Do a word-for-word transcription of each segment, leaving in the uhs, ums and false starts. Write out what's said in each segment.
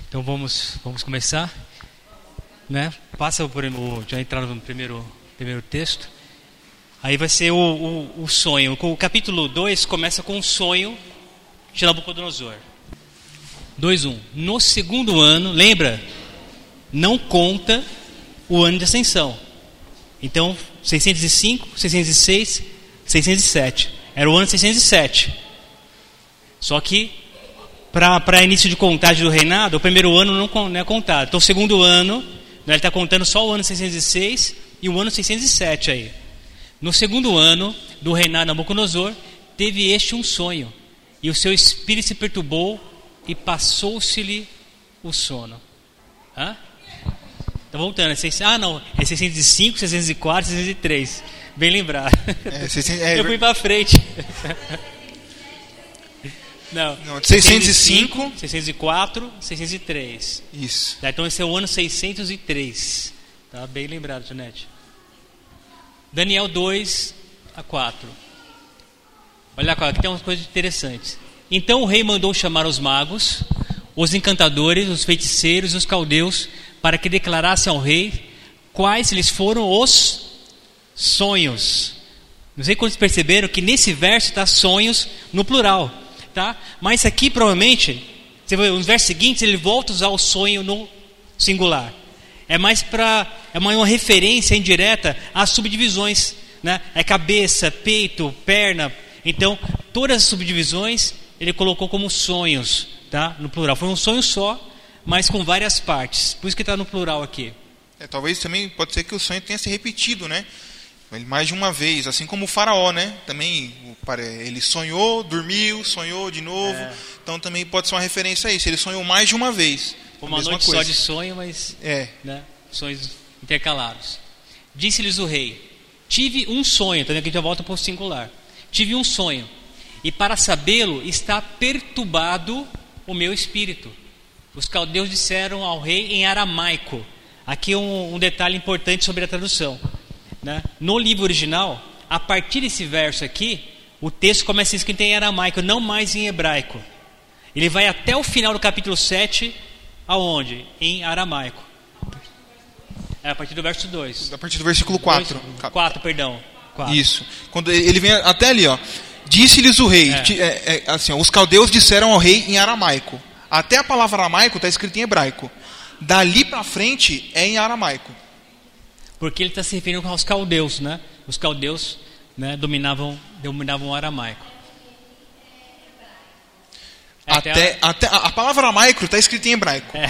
Então vamos, vamos começar, né? Passa por o, já entrar no primeiro, primeiro texto. Aí vai ser o, o, o sonho. O capítulo dois começa com o sonho de Nabucodonosor. dois, um. No segundo ano, lembra? Não conta o ano de ascensão. Então, seiscentos e cinco, seiscentos e seis, seiscentos e sete. Era o ano seiscentos e sete. Só que, para início de contagem do reinado, o primeiro ano não, não é contado. Então, o segundo ano, né, ele está contando só o ano seiscentos e seis e o ano seiscentos e sete aí. No segundo ano do reinado de Nabucodonosor, teve este um sonho. E o seu espírito se perturbou e passou-se-lhe o sono. Hã? Tá voltando. É ah, não. É seiscentos e cinco, seiscentos e quatro, seiscentos e três. Bem lembrado. É, seiscentos, é, eu fui para frente. Não. Não, seiscentos e cinco, seiscentos e quatro, seiscentos e três. Isso. Tá, então esse é o ano seiscentos e três. Tá bem lembrado, Janete. Daniel dois a quatro. Olha lá, aqui tem umas coisas interessantes. Então o rei mandou chamar os magos, os encantadores, os feiticeiros e os caldeus, para que declarassem ao rei quais lhes foram os sonhos. Não sei quantos perceberam que nesse verso está sonhos no plural, tá? Mas aqui provavelmente, você vê, nos versos seguintes ele volta a usar o sonho no singular. É mais para é uma, uma referência indireta às subdivisões, né? É cabeça, peito, perna. Então todas as subdivisões ele colocou como sonhos, tá? No plural. Foi um sonho só, mas com várias partes. Por isso que está no plural aqui. É, talvez também pode ser que o sonho tenha se repetido, né? Mais de uma vez, assim como o faraó, né? Também ele sonhou, dormiu, sonhou de novo. É. Então também pode ser uma referência a isso. Ele sonhou mais de uma vez. Uma noite coisa. Só de sonho, mas é. Né? Sonhos intercalados. Disse-lhes o rei: tive um sonho. Também aqui já volta para o singular. Tive um sonho, e para sabê-lo está perturbado o meu espírito. Os caldeus disseram ao rei em aramaico. Aqui um, um detalhe importante sobre a tradução, né? No livro original, a partir desse verso aqui, o texto começa escrito em aramaico, não mais em hebraico. Ele vai até o final do capítulo sete, aonde? Em aramaico. É a partir do verso dois. A partir do versículo quatro. quatro, perdão. quatro. Isso. Quando ele vem até ali, ó. Disse-lhes o rei, é. É, é, assim, ó, os caldeus disseram ao rei em aramaico. Até a palavra aramaico está escrita em hebraico. Dali para frente é em aramaico. Porque ele está se referindo aos caldeus, né? Os caldeus, né, dominavam, dominavam o aramaico. Até, até, a... até a palavra aramaico está escrita em hebraico. É.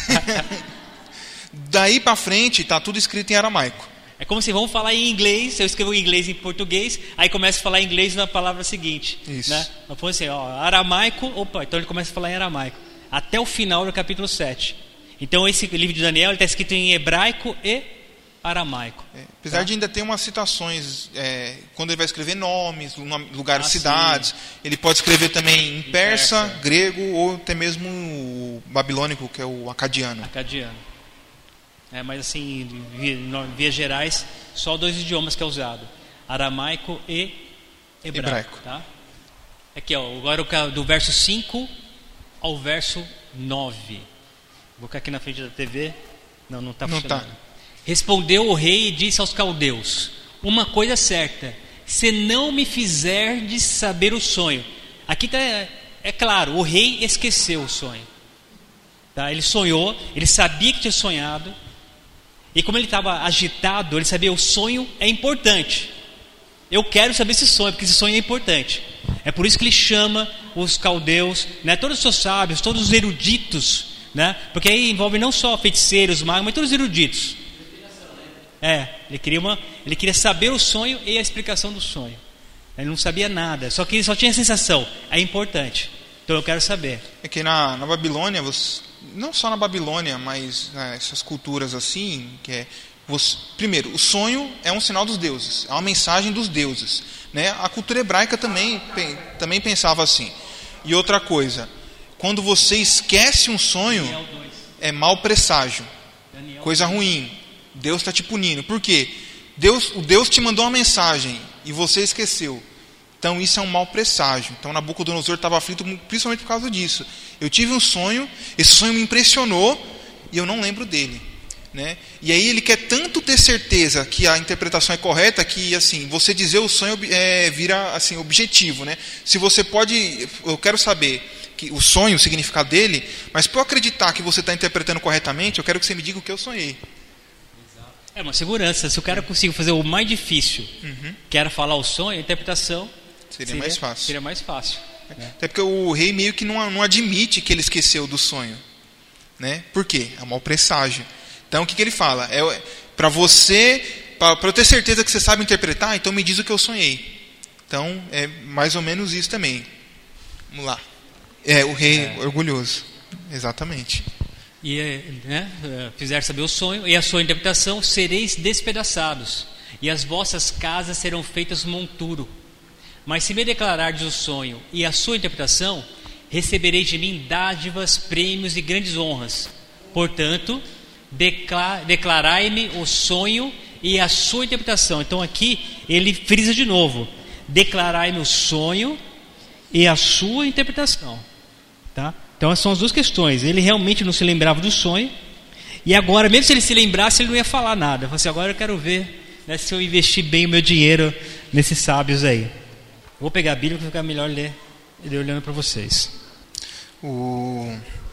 Daí para frente está tudo escrito em aramaico. É como se vamos falar em inglês, eu escrevo em inglês em português, aí começa a falar em inglês na palavra seguinte. Isso. Né? Não foi assim, ó, aramaico, opa, então ele começa a falar em aramaico. Até o final do capítulo sete. Então esse livro de Daniel está escrito em hebraico e aramaico. É, apesar tá? de ainda ter umas citações, é, quando ele vai escrever nomes, lugares, ah, cidades, sim. Ele pode escrever também em persa, persa, grego ou até mesmo o babilônico, que é o acadiano. Acadiano. É, mas assim, em vias gerais, só dois idiomas que é usado: aramaico e hebraico. hebraico. Tá? Aqui, ó, agora do verso cinco ao verso nove. Vou ficar aqui na frente da T V. Não, não está funcionando. Tá. Respondeu o rei e disse aos caldeus: uma coisa é certa, se não me fizerdes saber o sonho. Aqui tá, é claro, o rei esqueceu o sonho. Tá? Ele sonhou, ele sabia que tinha sonhado. E como ele estava agitado, ele sabia que o sonho é importante. Eu quero saber esse sonho, porque esse sonho é importante. É por isso que ele chama os caldeus, né, todos os seus sábios, todos os eruditos, né, porque aí envolve não só feiticeiros, magos, mas todos os eruditos. É, ele queria, uma, ele queria saber o sonho e a explicação do sonho. Ele não sabia nada, só que ele só tinha a sensação, é importante. Então eu quero saber. É que na, na Babilônia, você, não só na Babilônia, mas né, essas culturas assim, que é, você, primeiro, o sonho é um sinal dos deuses, é uma mensagem dos deuses, né? A cultura hebraica também, tem, também pensava assim. E outra coisa, quando você esquece um sonho, é mau presságio, coisa ruim. Deus está te punindo. Por quê? Deus, o Deus te mandou uma mensagem e você esqueceu. Então isso é um mau presságio. Então Nabucodonosor estava aflito principalmente por causa disso. Eu tive um sonho, esse sonho me impressionou e eu não lembro dele, né? E aí ele quer tanto ter certeza que a interpretação é correta que assim, você dizer o sonho é, vira assim, objetivo, né? Se você pode, eu quero saber que o sonho, o significado dele, mas para eu acreditar que você está interpretando corretamente, eu quero que você me diga o que eu sonhei. É uma segurança. Se o cara conseguir fazer o mais difícil, uhum. que era falar o sonho, a interpretação seria, seria mais fácil. Seria mais fácil. Né? Até porque o rei meio que não, não admite que ele esqueceu do sonho, né? Por quê? É um mau presságio. Então o que, que ele fala? É, para você, para eu ter certeza que você sabe interpretar, então me diz o que eu sonhei. Então é mais ou menos isso também. Vamos lá. É o rei é. orgulhoso. Exatamente. E né, fizer saber o sonho e a sua interpretação, sereis despedaçados, e as vossas casas serão feitas monturo. Mas se me declarardes o sonho e a sua interpretação, recebereis de mim dádivas, prêmios e grandes honras. Portanto, decla- declarai-me o sonho e a sua interpretação. Então aqui ele frisa de novo: declarai-me o sonho e a sua interpretação. Tá? Então essas são as duas questões. Ele realmente não se lembrava do sonho, e agora, mesmo se ele se lembrasse, ele não ia falar nada. Ele falou assim: agora eu quero ver, né, se eu investir bem o meu dinheiro nesses sábios aí. Vou pegar a Bíblia para ficar melhor ler ele olhando para vocês. O...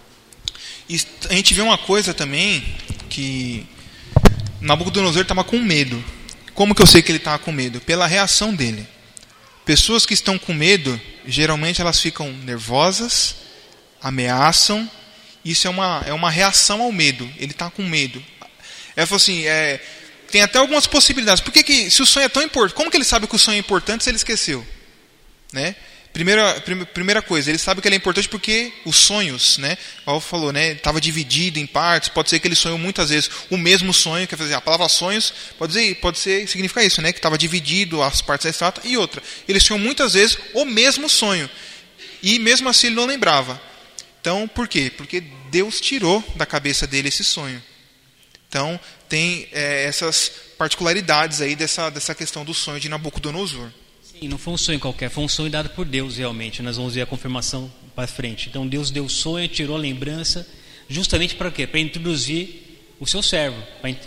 A gente vê uma coisa também, que Nabucodonosor estava com medo. Como que eu sei que ele estava com medo? Pela reação dele. Pessoas que estão com medo, geralmente elas ficam nervosas, ameaçam. Isso é uma, é uma reação ao medo. Ele está com medo. Ela falou assim, é, tem até algumas possibilidades. Por que, que se o sonho é tão importante, como que ele sabe que o sonho é importante se ele esqueceu? Né? Primeira, prim, primeira coisa, ele sabe que ele é importante porque os sonhos, né? Como falou, né? Estava dividido em partes. Pode ser que ele sonhou muitas vezes o mesmo sonho. Quer dizer, a palavra sonhos pode dizer, pode ser, significa isso, né? Que estava dividido as partes da estátua. E outra, ele sonhou muitas vezes o mesmo sonho. E mesmo assim ele não lembrava. Então, por quê? Porque Deus tirou da cabeça dele esse sonho. Então, tem é, essas particularidades aí dessa, dessa questão do sonho de Nabucodonosor. Sim, não foi um sonho qualquer, foi um sonho dado por Deus realmente. Nós vamos ver a confirmação para frente. Então, Deus deu o sonho, tirou a lembrança, justamente para quê? Para introduzir o seu servo. Para int...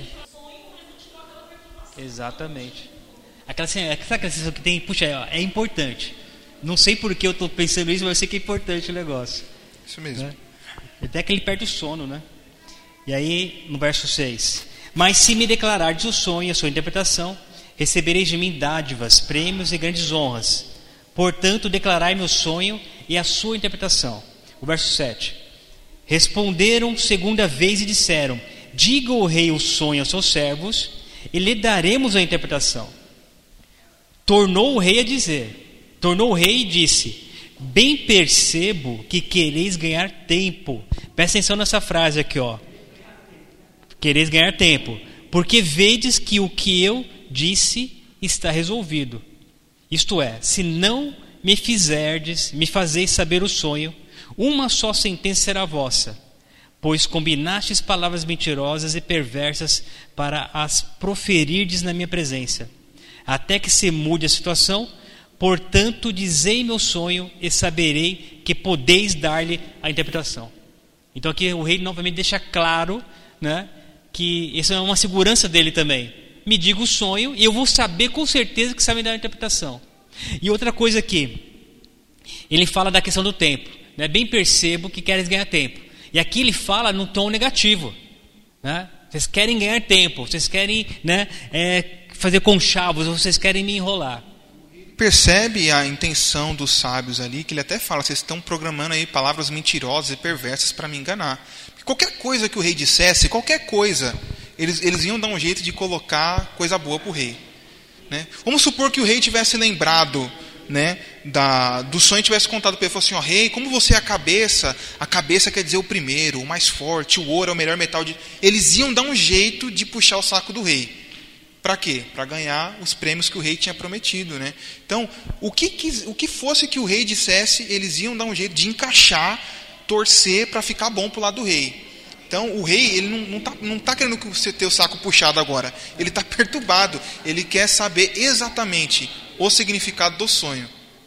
Exatamente. Aquela, sabe aquela sensação que tem, puxa, é, é importante. Não sei por que eu estou pensando isso, mas eu sei que é importante o negócio. Isso mesmo. Né? Até que ele perde o sono, né? E aí, no verso seis: mas se me declarardes o sonho e a sua interpretação, recebereis de mim dádivas, prêmios e grandes honras. Portanto, declarai-me o sonho e a sua interpretação. O verso sete: responderam segunda vez e disseram: diga o rei o sonho aos seus servos, e lhe daremos a interpretação. Tornou o rei a dizer, tornou o rei e disse: bem percebo que quereis ganhar tempo. Presta atenção nessa frase aqui, ó. Quereis ganhar tempo, porque vedes que o que eu disse está resolvido. Isto é, se não me fizerdes, me fazeis saber o sonho, uma só sentença será vossa, pois combinastes palavras mentirosas e perversas para as proferirdes na minha presença, até que se mude a situação. Portanto, dizei meu sonho e saberei que podeis dar-lhe a interpretação. Então aqui o rei novamente deixa claro, né, que isso é uma segurança dele também. Me diga o sonho e eu vou saber com certeza que sabe me dar a interpretação. E outra coisa aqui, ele fala da questão do tempo, né? Bem percebo que queres ganhar tempo. E aqui ele fala num tom negativo, né? Vocês querem ganhar tempo, vocês querem, né, é, fazer conchavos, vocês querem me enrolar. Percebe a intenção dos sábios ali, que ele até fala, vocês estão programando aí palavras mentirosas e perversas para me enganar. Qualquer coisa que o rei dissesse, qualquer coisa, eles, eles iam dar um jeito de colocar coisa boa para o rei. Né? Vamos supor que o rei tivesse lembrado, né, da, do sonho, tivesse contado para ele, falou assim, ó, rei, como você é a cabeça, a cabeça quer dizer o primeiro, o mais forte, o ouro é o melhor metal. De... Eles iam dar um jeito de puxar o saco do rei. Para quê? Para ganhar os prêmios que o rei tinha prometido, né? Então, o que, quis, o que fosse que o rei dissesse, eles iam dar um jeito de encaixar, torcer para ficar bom para o lado do rei. Então, o rei, ele não está não tá querendo que você tenha o saco puxado agora. Ele está perturbado. Ele quer saber exatamente o significado do sonho.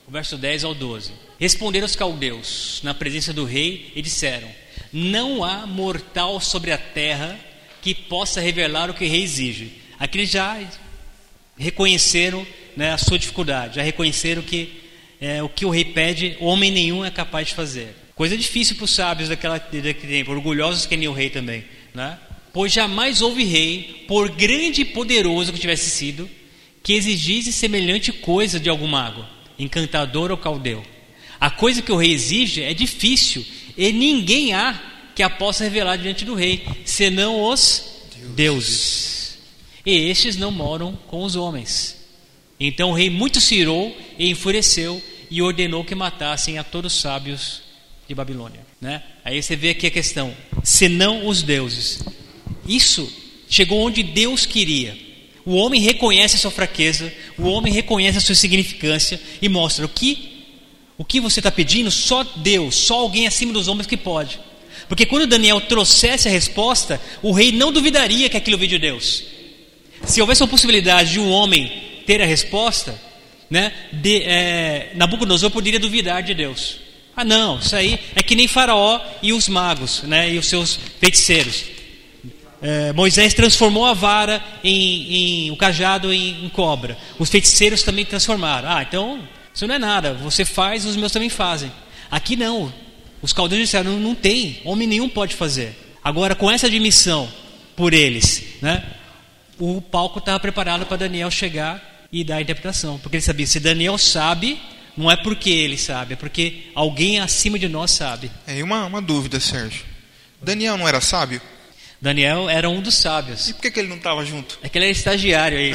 o verso dez ao doze. Responderam os caldeus na presença do rei e disseram: não há mortal sobre a terra que possa revelar o que o rei exige. Aqui eles já reconheceram, né, a sua dificuldade, já reconheceram que é, o que o rei pede, homem nenhum é capaz de fazer. Coisa difícil para os sábios daquela, daquele tempo, orgulhosos que nem o rei também, né? Pois jamais houve rei, por grande e poderoso que tivesse sido, que exigisse semelhante coisa de algum mago, encantador ou caldeu. A coisa que o rei exige é difícil, e ninguém há que a possa revelar diante do rei, senão os Deus. deuses. E estes não moram com os homens. Então o rei muito se irou e enfureceu e ordenou que matassem a todos os sábios de Babilônia, né? Aí você vê aqui a questão, senão os deuses. Isso chegou onde Deus queria. O homem reconhece a sua fraqueza, o homem reconhece a sua insignificância e mostra o que, o que você está pedindo, só Deus, só alguém acima dos homens que pode. Porque quando Daniel trouxesse a resposta, o rei não duvidaria que aquilo veio de Deus. Se houvesse uma possibilidade de um homem ter a resposta, né, de, é, Nabucodonosor poderia duvidar de Deus. Ah não, isso aí é que nem Faraó e os magos, né, e os seus feiticeiros. É, Moisés transformou a vara em, em o cajado em, em cobra. Os feiticeiros também transformaram. Ah, então isso não é nada, você faz, os meus também fazem. Aqui não, os caldeus disseram, não, não tem, homem nenhum pode fazer. Agora com essa admissão por eles, né, o palco estava preparado para Daniel chegar e dar a interpretação, porque ele sabia, se Daniel sabe, não é porque ele sabe, é porque alguém acima de nós sabe. É, e uma, uma dúvida, Sérgio, Daniel não era sábio? Daniel era um dos sábios. E por que, que ele não estava junto? É que ele era estagiário aí.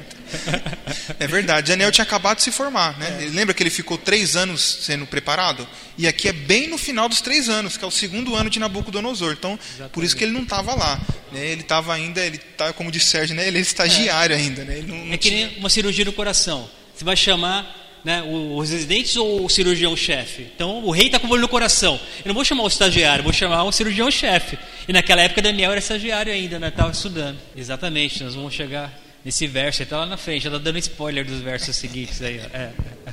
É verdade, Daniel tinha acabado de se formar, né? É. Lembra que ele ficou três anos sendo preparado? E aqui é bem no final dos três anos, que é o segundo ano de Nabucodonosor. Então, exatamente, por isso que ele não estava lá, né? Ele estava ainda, ele tá, como disse Sérgio, né? Ele é estagiário é. ainda, né? Ele não, não é que tinha... nem uma cirurgia no coração. Você vai chamar, né, os residentes ou o cirurgião-chefe? Então o rei está com o olho no coração, eu não vou chamar o estagiário, vou chamar o cirurgião-chefe. E naquela época Daniel era estagiário ainda, né? Estava estudando. Exatamente, nós vamos chegar nesse verso, ele está lá na frente, já está dando spoiler dos versos seguintes aí. É.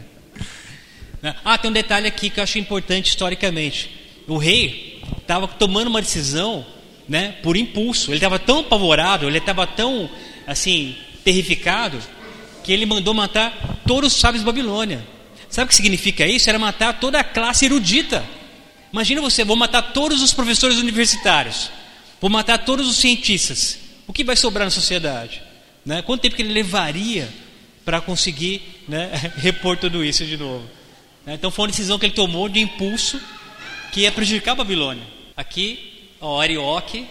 Ah, tem um detalhe aqui que eu acho importante historicamente. O rei estava tomando uma decisão, né, por impulso. Ele estava tão apavorado, ele estava tão assim terrificado, que ele mandou matar todos os sábios de Babilônia. Sabe o que significa isso? Era matar toda a classe erudita. Imagina você, vou matar todos os professores universitários, vou matar todos os cientistas. O que vai sobrar na sociedade? Né? Quanto tempo que ele levaria para conseguir, né, repor tudo isso de novo? Né? Então foi uma decisão que ele tomou de impulso, que ia prejudicar a Babilônia. Aqui, ó, Arioque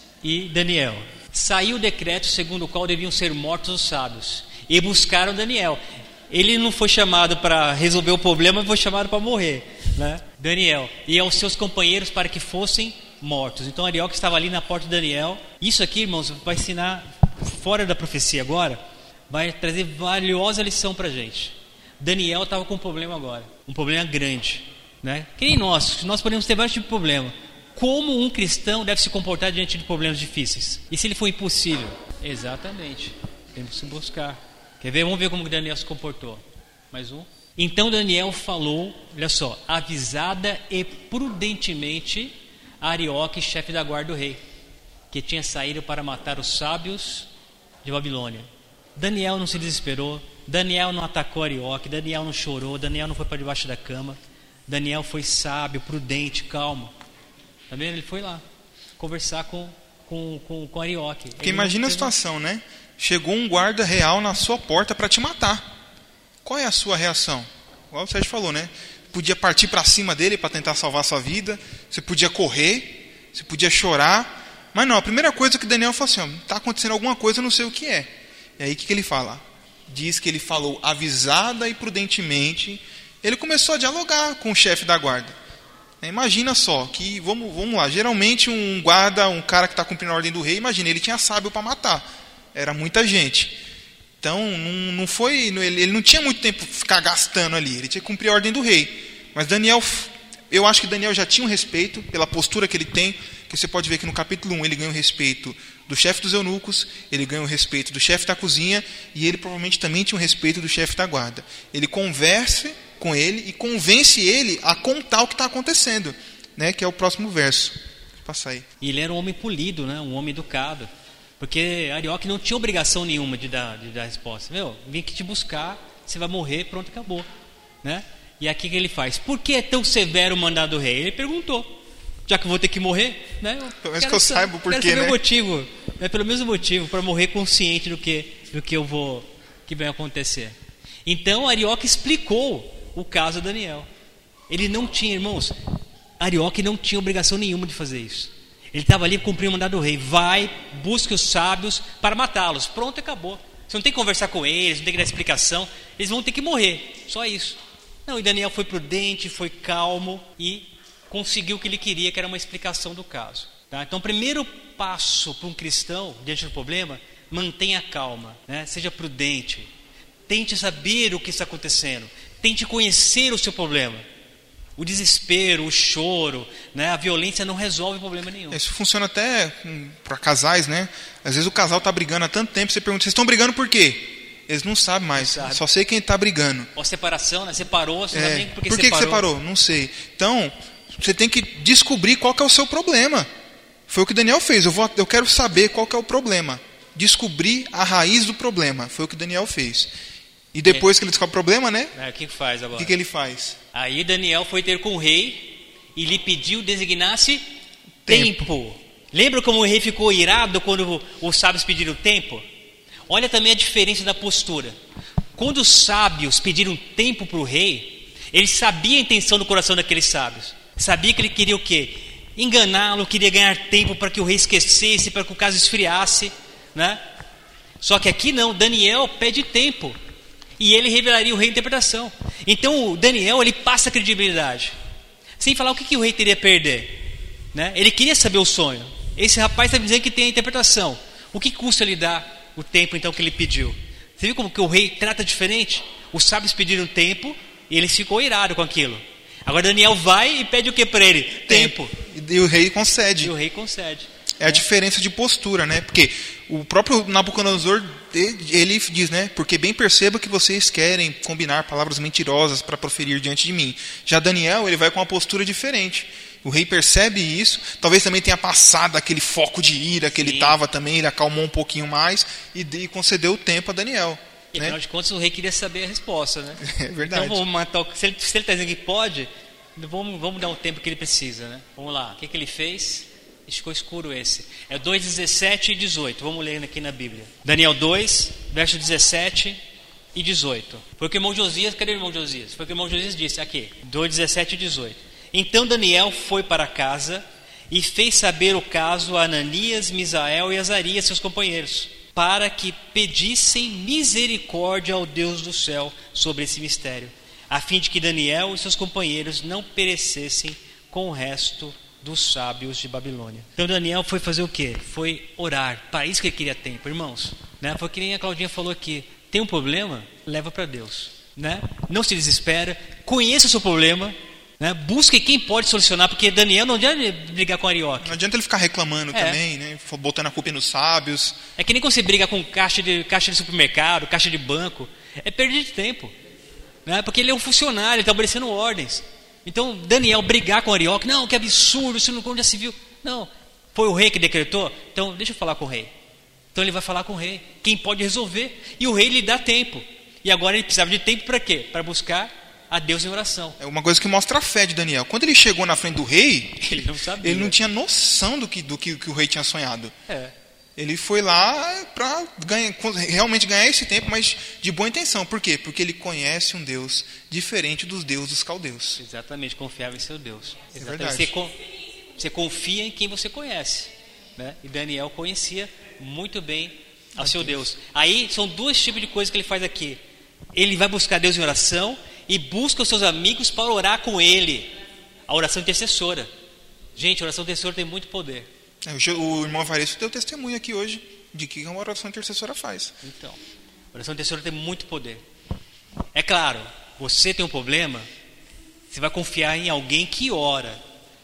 e Daniel. Saiu o decreto segundo o qual deviam ser mortos os sábios. E buscaram Daniel. Ele não foi chamado para resolver o problema, mas foi chamado para morrer, né? Daniel e aos seus companheiros para que fossem mortos. Então Arioque estava ali na porta de Daniel. Isso aqui, irmãos, vai ensinar, fora da profecia agora, vai trazer valiosa lição para a gente. Daniel estava com um problema agora, um problema grande, né? Que nem nós, nós podemos ter vários tipos de problema. Como um cristão deve se comportar diante de problemas difíceis? E se ele for impossível? Exatamente, temos que buscar. Quer ver? Vamos ver como Daniel se comportou. Mais um. Então Daniel falou, olha só, avisada e prudentemente a Arioque, chefe da guarda do rei, que tinha saído para matar os sábios de Babilônia. Daniel não se desesperou, Daniel não atacou Arioque, Daniel não chorou, Daniel não foi para debaixo da cama. Daniel foi sábio, prudente, calmo. Tá vendo? Ele foi lá conversar com, com, com, com Arioque. Porque imagina a situação, né? Chegou um guarda real na sua porta para te matar. Qual é a sua reação? Igual o Sérgio falou, né? Podia partir para cima dele para tentar salvar a sua vida. Você podia correr. Você podia chorar. Mas não, a primeira coisa que Daniel falou assim, está acontecendo alguma coisa, eu não sei o que é. E aí o que, que ele fala? Diz que ele falou avisada e prudentemente. Ele começou a dialogar com o chefe da guarda. Imagina só, que vamos, vamos lá, geralmente um guarda, um cara que está cumprindo a ordem do rei, imagina, ele tinha sábio para matar. Era muita gente. Então, não, não foi, ele não tinha muito tempo para ficar gastando ali. Ele tinha que cumprir a ordem do rei. Mas Daniel, eu acho que Daniel já tinha um respeito pela postura que ele tem. Que você pode ver que no capítulo um ele ganha o respeito do chefe dos eunucos, ele ganha o respeito do chefe da cozinha, e ele provavelmente também tinha o respeito do chefe da guarda. Ele conversa com ele e convence ele a contar o que está acontecendo, né? Que é o próximo verso. Vou passar aí. E ele era um homem polido, né? Um homem educado. Porque Arioque não tinha obrigação nenhuma de dar, de dar resposta. Meu, vim aqui te buscar, você vai morrer, pronto, acabou. Né? E aqui que ele faz? Por que é tão severo o mandado do rei? Ele perguntou. Já que eu vou ter que morrer, né? Eu pelo menos que eu saiba o porquê, quero saber né? o motivo, né? Pelo mesmo motivo, para morrer consciente do que, do que eu vou, que vai acontecer. Então Arioque explicou o caso de Daniel. Ele não tinha, irmãos, Arioque não tinha obrigação nenhuma de fazer isso. Ele estava ali cumprindo o mandado do rei. Vai, busque os sábios para matá-los. Pronto, acabou. Você não tem que conversar com eles, não tem que dar explicação. Eles vão ter que morrer, só isso. Não, e Daniel foi prudente, foi calmo e conseguiu o que ele queria, que era uma explicação do caso. Tá? Então, o primeiro passo para um cristão diante do problema, mantenha calma, né? Seja prudente. Tente saber o que está acontecendo. Tente conhecer o seu problema. O desespero, o choro, né? A violência não resolve problema nenhum. Isso funciona até para casais, né? Às vezes o casal está brigando há tanto tempo, você pergunta, vocês estão brigando por quê? Eles não sabem mais, não sabe. Só sei quem está brigando. Ou separação, né? Separou, você é. não sabe nem por que Por que separou. que separou? Não sei. Então, você tem que descobrir qual que é o seu problema. Foi o que Daniel fez. Eu, vou, eu quero saber qual que é o problema. Descobrir a raiz do problema. Foi o que Daniel fez. E depois é. que ele descobre o problema, né? É, o que faz agora? O que, que ele faz? Aí Daniel foi ter com o rei e lhe pediu designasse tempo. tempo. Lembra como o rei ficou irado quando os sábios pediram tempo? Olha também a diferença da postura. Quando os sábios pediram tempo para o rei, ele sabia a intenção do coração daqueles sábios. Sabia que ele queria o quê? Enganá-lo, queria ganhar tempo para que o rei esquecesse, para que o caso esfriasse, né? Só que aqui não, Daniel pede tempo. E ele revelaria o rei a interpretação. Então o Daniel, ele passa a credibilidade. Sem falar o que, que o rei teria a perder, né? Ele queria saber o sonho. Esse rapaz está dizendo que tem a interpretação. O que custa lhe dar o tempo então que ele pediu? Você viu como que o rei trata diferente? Os sábios pediram tempo e ele ficou irado com aquilo. Agora Daniel vai e pede o que para ele? Tempo. tempo. E o rei concede. E o rei concede. É a é. diferença de postura, né? Porque o próprio Nabucodonosor, ele diz, né? Porque bem perceba que vocês querem combinar palavras mentirosas para proferir diante de mim. Já Daniel, ele vai com uma postura diferente. O rei percebe isso, talvez também tenha passado aquele foco de ira que Sim. ele estava também, ele acalmou um pouquinho mais e, e concedeu o tempo a Daniel. E né? afinal de contas o rei queria saber a resposta, né? É verdade. Então vamos matar o... se ele está dizendo que pode, vamos, vamos dar o tempo que ele precisa, né? Vamos lá, o que, que ele fez? Ficou escuro esse. É dois, dezessete e dezoito. Vamos ler aqui na Bíblia. Daniel dois, verso dezessete e dezoito. Foi o que o irmão Josias, cadê o irmão Josias? Foi o que o irmão Josias disse aqui. dois, dezessete e dezoito. Então Daniel foi para casa e fez saber o caso a Ananias, Misael e Azarias, seus companheiros, para que pedissem misericórdia ao Deus do céu sobre esse mistério, a fim de que Daniel e seus companheiros não perecessem com o resto dos sábios de Babilônia. Então Daniel foi fazer o quê? Foi orar. Para isso que ele queria tempo, irmãos. Né? Foi que nem a Claudinha falou aqui. Tem um problema? Leva para Deus. Né? Não se desespera. Conheça o seu problema. Né? Busque quem pode solucionar. Porque Daniel não adianta brigar com Arioque. Não adianta ele ficar reclamando é. também, né? Botando a culpa nos sábios. É que nem quando você briga com caixa de, caixa de supermercado, caixa de banco. É perda de tempo. Né? Porque ele é um funcionário, ele está obedecendo ordens. Então Daniel brigar com Arioque, não, que absurdo, isso não já se viu. Não, foi o rei que decretou, então deixa eu falar com o rei. Então ele vai falar com o rei, quem pode resolver. E o rei lhe dá tempo. E agora ele precisava de tempo para quê? Para buscar a Deus em oração. É uma coisa que mostra a fé de Daniel. Quando ele chegou na frente do rei, ele não sabia. Ele não tinha noção do que, do que, que o rei tinha sonhado. É. Ele foi lá para realmente ganhar esse tempo, mas de boa intenção. Por quê? Porque ele conhece um Deus diferente dos deuses dos caldeus. Exatamente, confiava em seu Deus. É verdade. Você, con- você confia em quem você conhece. Né? E Daniel conhecia muito bem ao a seu Deus. Deus. Aí são dois tipos de coisas que ele faz aqui. Ele vai buscar Deus em oração e busca os seus amigos para orar com ele. A oração intercessora. Gente, a oração intercessora tem muito poder. O irmão Avaresto deu testemunho aqui hoje de que uma oração intercessora faz. Então, a oração intercessora tem muito poder. É claro, você tem um problema, você vai confiar em alguém que ora,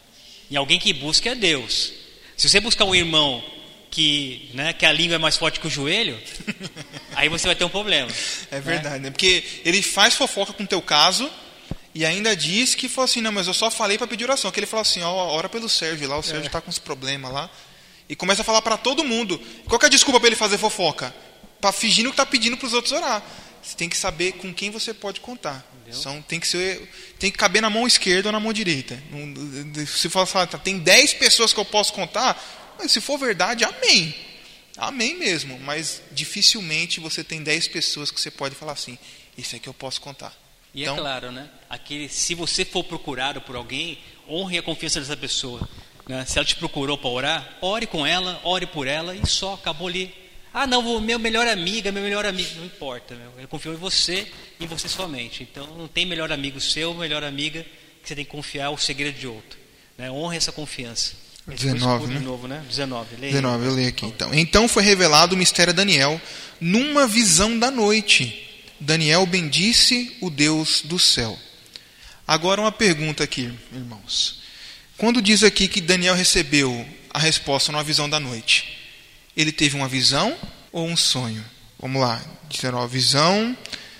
em alguém que busca a Deus. Se você buscar um irmão que, né, que a língua é mais forte que o joelho, aí você vai ter um problema. É verdade, né? Porque ele faz fofoca com o teu caso, E ainda diz que falou assim, não, mas eu só falei para pedir oração. Que ele falou assim, ó, ora pelo Sérgio lá, o Sérgio está é. com uns problemas lá. E começa a falar para todo mundo. Qual que é a desculpa para ele fazer fofoca? Para fingindo que está pedindo para os outros orar. Você tem que saber com quem você pode contar. São, tem, que ser, tem que caber na mão esquerda ou na mão direita. Se for falar, tem dez pessoas que eu posso contar, mas se for verdade, amém. Amém mesmo. Mas dificilmente você tem dez pessoas que você pode falar assim, isso é que eu posso contar. E então, é claro, né? Aquele, se você for procurado por alguém, honre a confiança dessa pessoa. Né? Se ela te procurou para orar, ore com ela, ore por ela e só, acabou ali. Ah, não, vou, meu melhor amiga, meu melhor amigo. Não importa, meu. Ele confiou em você e em você somente. Então, não tem melhor amigo seu, melhor amiga, que você tem que confiar o segredo de outro. Né? Honre essa confiança. dezenove, né? De novo, né? dezenove, leia. dezenove, eu leio aqui. Então. então foi revelado o mistério a Daniel numa visão da noite. Daniel bendisse o Deus do céu. Agora uma pergunta aqui, irmãos. Quando diz aqui que Daniel recebeu a resposta numa visão da noite, ele teve uma visão ou um sonho? Vamos lá, dezenove, visão,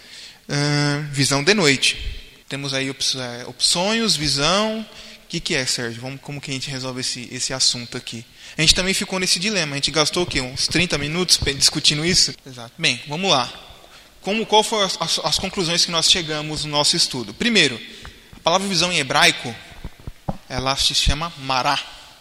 uh, visão de noite. Temos aí op- op- sonhos, visão. O que, que é, Sérgio? Vamos, como que a gente resolve esse, esse assunto aqui? A gente também ficou nesse dilema. A gente gastou o quê? Uns trinta minutos discutindo isso? Exato. Bem, vamos lá. Como, qual foram as, as, as conclusões que nós chegamos no nosso estudo? Primeiro, a palavra visão em hebraico, ela se chama mará.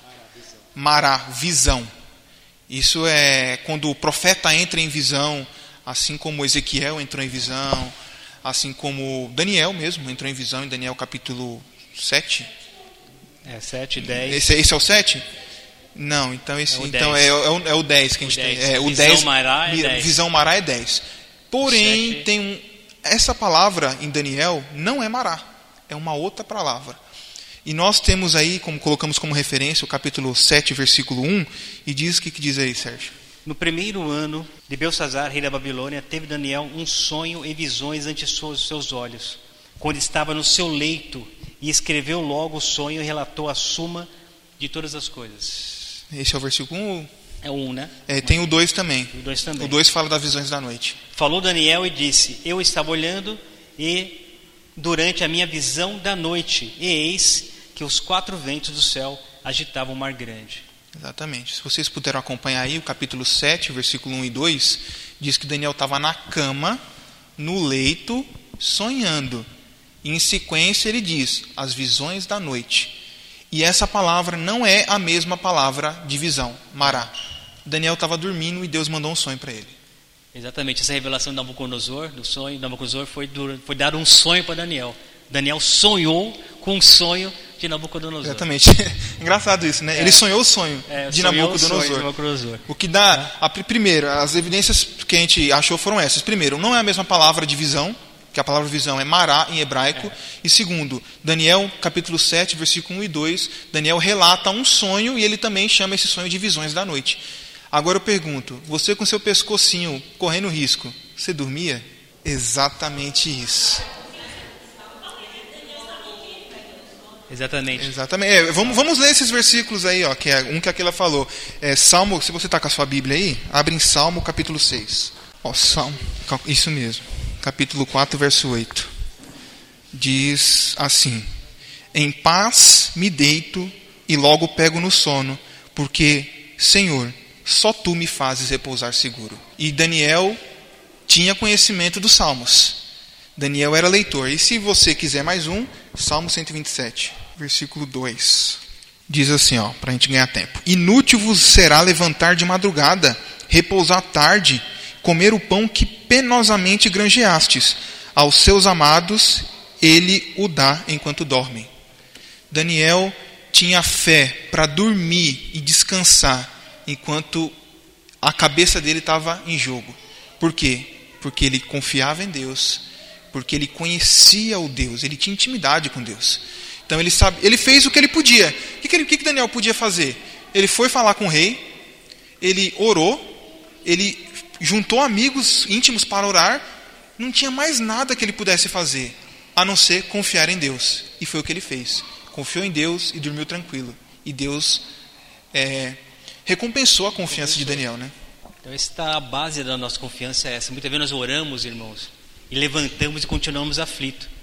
Mará, visão. Isso é quando o profeta entra em visão, assim como Ezequiel entrou em visão, assim como Daniel mesmo entrou em visão, em Daniel capítulo sete. É, sete, dez. Esse, esse é o sete? Não, então, esse, é, o então é, é, o, é o dez que a gente o tem. É, o visão dez, mará é dez. Visão mará é dez. Porém, sete. tem um, essa palavra em Daniel não é mará, é uma outra palavra. E nós temos aí, como colocamos como referência, o capítulo sete, versículo um, e diz o que, que diz aí, Sérgio? No primeiro ano de Belsazar, rei da Babilônia, teve Daniel um sonho e visões ante os seus olhos, quando estava no seu leito, e escreveu logo o sonho e relatou a suma de todas as coisas. Esse é o versículo um? É o um, né? É, tem o dois também. O dois também. O dois fala das visões da noite. Falou Daniel e disse, eu estava olhando e durante a minha visão da noite, e eis que os quatro ventos do céu agitavam o mar grande. Exatamente. Se vocês puderam acompanhar aí, o capítulo sete, versículo um e dois, diz que Daniel estava na cama, no leito, sonhando. E em sequência ele diz, as visões da noite. E essa palavra não é a mesma palavra de visão, mará. Daniel estava dormindo e Deus mandou um sonho para ele. Exatamente, essa revelação de Nabucodonosor, do sonho de Nabucodonosor, foi, foi dar um sonho para Daniel. Daniel sonhou com um sonho de Nabucodonosor. Exatamente. Engraçado isso, né? É. Ele sonhou o sonho é, de Nabucodonosor. O sonho de Nabucodonosor. O que dá, a, primeiro, as evidências que a gente achou foram essas. Primeiro, não é a mesma palavra de visão, que a palavra visão é mará em hebraico. É. E segundo, Daniel, capítulo sete, versículo um e dois, Daniel relata um sonho e ele também chama esse sonho de visões da noite. Agora eu pergunto, você com seu pescocinho correndo risco, você dormia? Exatamente isso. Exatamente. Exatamente. É, vamos, vamos ler esses versículos aí, ó, que é um que aquela falou. É, Salmo, se você está com a sua Bíblia aí, abre em Salmo capítulo seis. Ó, Salmo, isso mesmo. Capítulo quatro, verso oito. Diz assim: em paz me deito e logo pego no sono, porque, Senhor, só Tu me fazes repousar seguro. E Daniel tinha conhecimento dos Salmos. Daniel era leitor. E se você quiser mais um, Salmo cento e vinte e sete, versículo dois. Diz assim, ó, para a gente ganhar tempo. Inútil vos será levantar de madrugada, repousar tarde, comer o pão que penosamente granjeastes. Aos seus amados ele o dá enquanto dormem. Daniel tinha fé para dormir e descansar enquanto a cabeça dele estava em jogo. Por quê? Porque ele confiava em Deus, porque ele conhecia o Deus, ele tinha intimidade com Deus. Então ele, sabe, ele fez o que ele podia. O que, que, ele, o que, que Daniel podia fazer? Ele foi falar com o rei, ele orou, ele juntou amigos íntimos para orar, não tinha mais nada que ele pudesse fazer, a não ser confiar em Deus. E foi o que ele fez. Confiou em Deus e dormiu tranquilo. E Deus é, recompensou a confiança de Daniel, né? Então essa está a base da nossa confiança, é essa. Muitas vezes nós oramos, irmãos, e levantamos e continuamos aflitos.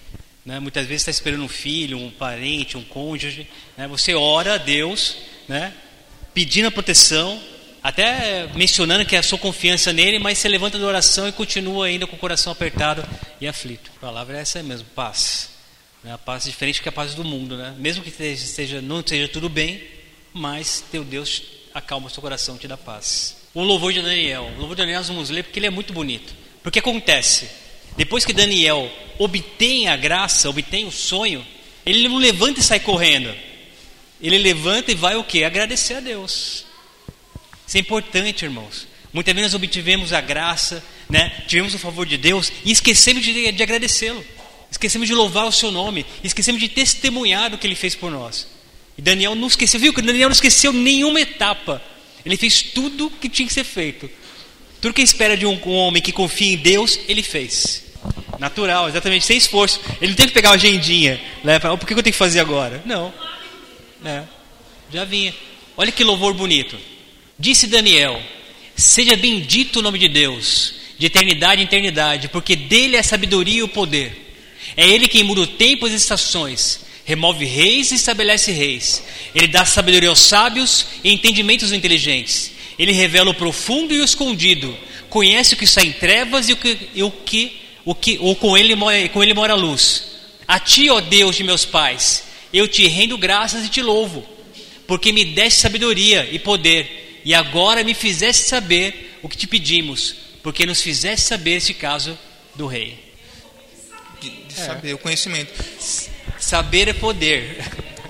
né? Muitas vezes está esperando um filho, um parente, um cônjuge, né? Você ora a Deus, né? Pedindo a proteção, até mencionando que é a sua confiança nele, mas você levanta da oração e continua ainda com o coração apertado e aflito. A palavra é essa mesmo, paz. A paz é diferente que a paz do mundo, né? Mesmo que esteja, não esteja tudo bem, mas teu Deus acalma o seu coração, te dá paz. O louvor de Daniel. O louvor de Daniel nós vamos ler porque ele é muito bonito. Porque acontece, depois que Daniel obtém a graça, obtém o sonho, ele não levanta e sai correndo. Ele levanta e vai o quê? Agradecer a Deus. Isso é importante, irmãos. Muitas vezes nós obtivemos a graça, né? Tivemos o favor de Deus e esquecemos de, de agradecê-lo. Esquecemos de louvar o seu nome. Esquecemos de testemunhar do que ele fez por nós. E Daniel não esqueceu, viu que Daniel não esqueceu nenhuma etapa. Ele fez tudo que tinha que ser feito. Tudo que espera de um, um homem que confia em Deus, ele fez. Natural, exatamente, sem esforço. Ele não teve que pegar uma agendinha, né, para, por que eu tenho que fazer agora? Não. É, já vinha. Olha que louvor bonito. Disse Daniel: seja bendito o nome de Deus, de eternidade em eternidade, porque dele é a sabedoria e o poder. É ele quem muda o tempo e as estações, remove reis e estabelece reis. Ele dá sabedoria aos sábios e entendimento aos inteligentes. Ele revela o profundo e o escondido, conhece o que está em trevas e o que, e o que, o que ou com ele, com ele mora a luz. A ti, ó Deus de meus pais, eu te rendo graças e te louvo, porque me deste sabedoria e poder, e agora me fizeste saber o que te pedimos, porque nos fizeste saber este caso do rei. De, de saber, é. O conhecimento. Saber é poder.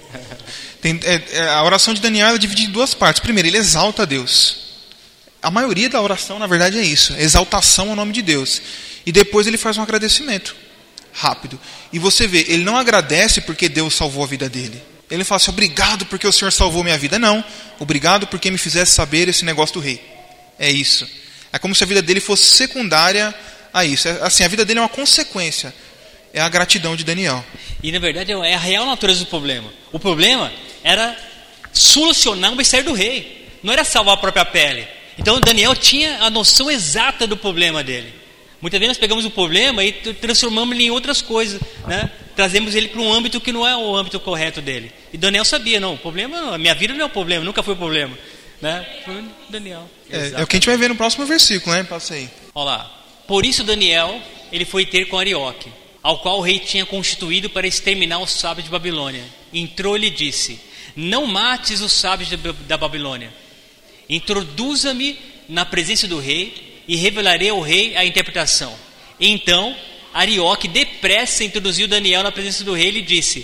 Tem, é, é, a oração de Daniel é dividida em duas partes. Primeiro, ele exalta a Deus. A maioria da oração, na verdade, é isso: exaltação ao nome de Deus. E depois ele faz um agradecimento rápido. E você vê, ele não agradece porque Deus salvou a vida dele. Ele fala assim: obrigado porque o Senhor salvou minha vida. Não, obrigado porque me fizesse saber esse negócio do rei. É isso. É como se a vida dele fosse secundária a isso. É, assim, a vida dele é uma consequência. É a gratidão de Daniel. E na verdade é a real natureza do problema. O problema era solucionar o mistério do rei, não era salvar a própria pele. Então Daniel tinha a noção exata do problema dele. Muitas vezes nós pegamos o problema e transformamos ele em outras coisas, né? Trazemos ele para um âmbito que não é o âmbito correto dele. E Daniel sabia: não, o problema, a minha vida não é o problema, nunca foi o problema, né? Foi Daniel. É, é o que a gente vai ver no próximo versículo, né? Passa aí. Olha lá. Por isso Daniel, ele foi ter com Arioque, ao qual o rei tinha constituído para exterminar os sábios de Babilônia. Entrou e lhe disse: não mates os sábios da Babilônia. Introduza-me na presença do rei e revelarei ao rei a interpretação. Então Arioque depressa introduziu Daniel na presença do rei e lhe disse: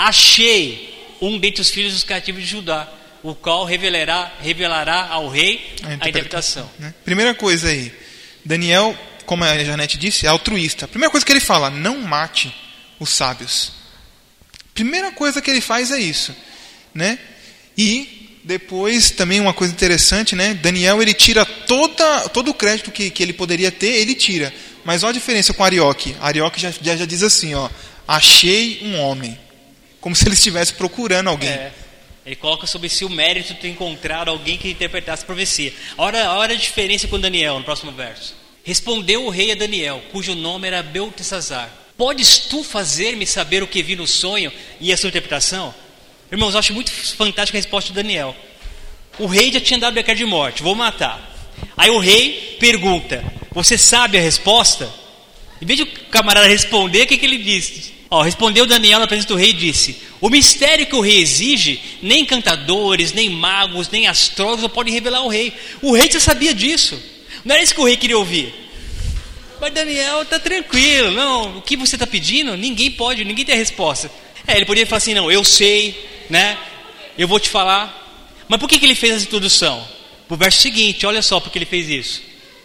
achei um dentre os filhos dos cativos de Judá, o qual revelará, revelará ao rei a, a interpretação. Né? Primeira coisa aí, Daniel, como a Janete disse, é altruísta. A primeira coisa que ele fala: não mate os sábios. Primeira coisa que ele faz é isso, né? E depois também uma coisa interessante, né? Daniel, ele tira toda, todo o crédito que, que ele poderia ter, ele tira. Mas olha a diferença com Arioque. Arioque já, já, já diz assim, ó: achei um homem. Como se ele estivesse procurando alguém. É. Ele coloca sobre si o mérito de encontrar alguém que interpretasse a profecia. A hora, a hora a diferença com Daniel, no próximo verso. Respondeu o rei a Daniel, cujo nome era Beltesazar: podes tu fazer-me saber o que vi no sonho e a sua interpretação? Irmãos, eu acho muito fantástica a resposta de Daniel. O rei já tinha dado decreto de morte: vou matar. Aí o rei pergunta: você sabe a resposta? Em vez de o camarada responder, o que, que ele disse? Ó, respondeu Daniel na presença do rei e disse: o mistério que o rei exige, nem encantadores, nem magos, nem astrólogos podem revelar ao rei. O rei já sabia disso. Não era isso que o rei queria ouvir. Mas Daniel está tranquilo. Não, o que você está pedindo, ninguém pode, ninguém tem a resposta. É, ele poderia falar assim: não, eu sei, né? Eu vou te falar. Mas por que, que ele fez essa introdução? Para o verso seguinte, olha só porque ele fez isso.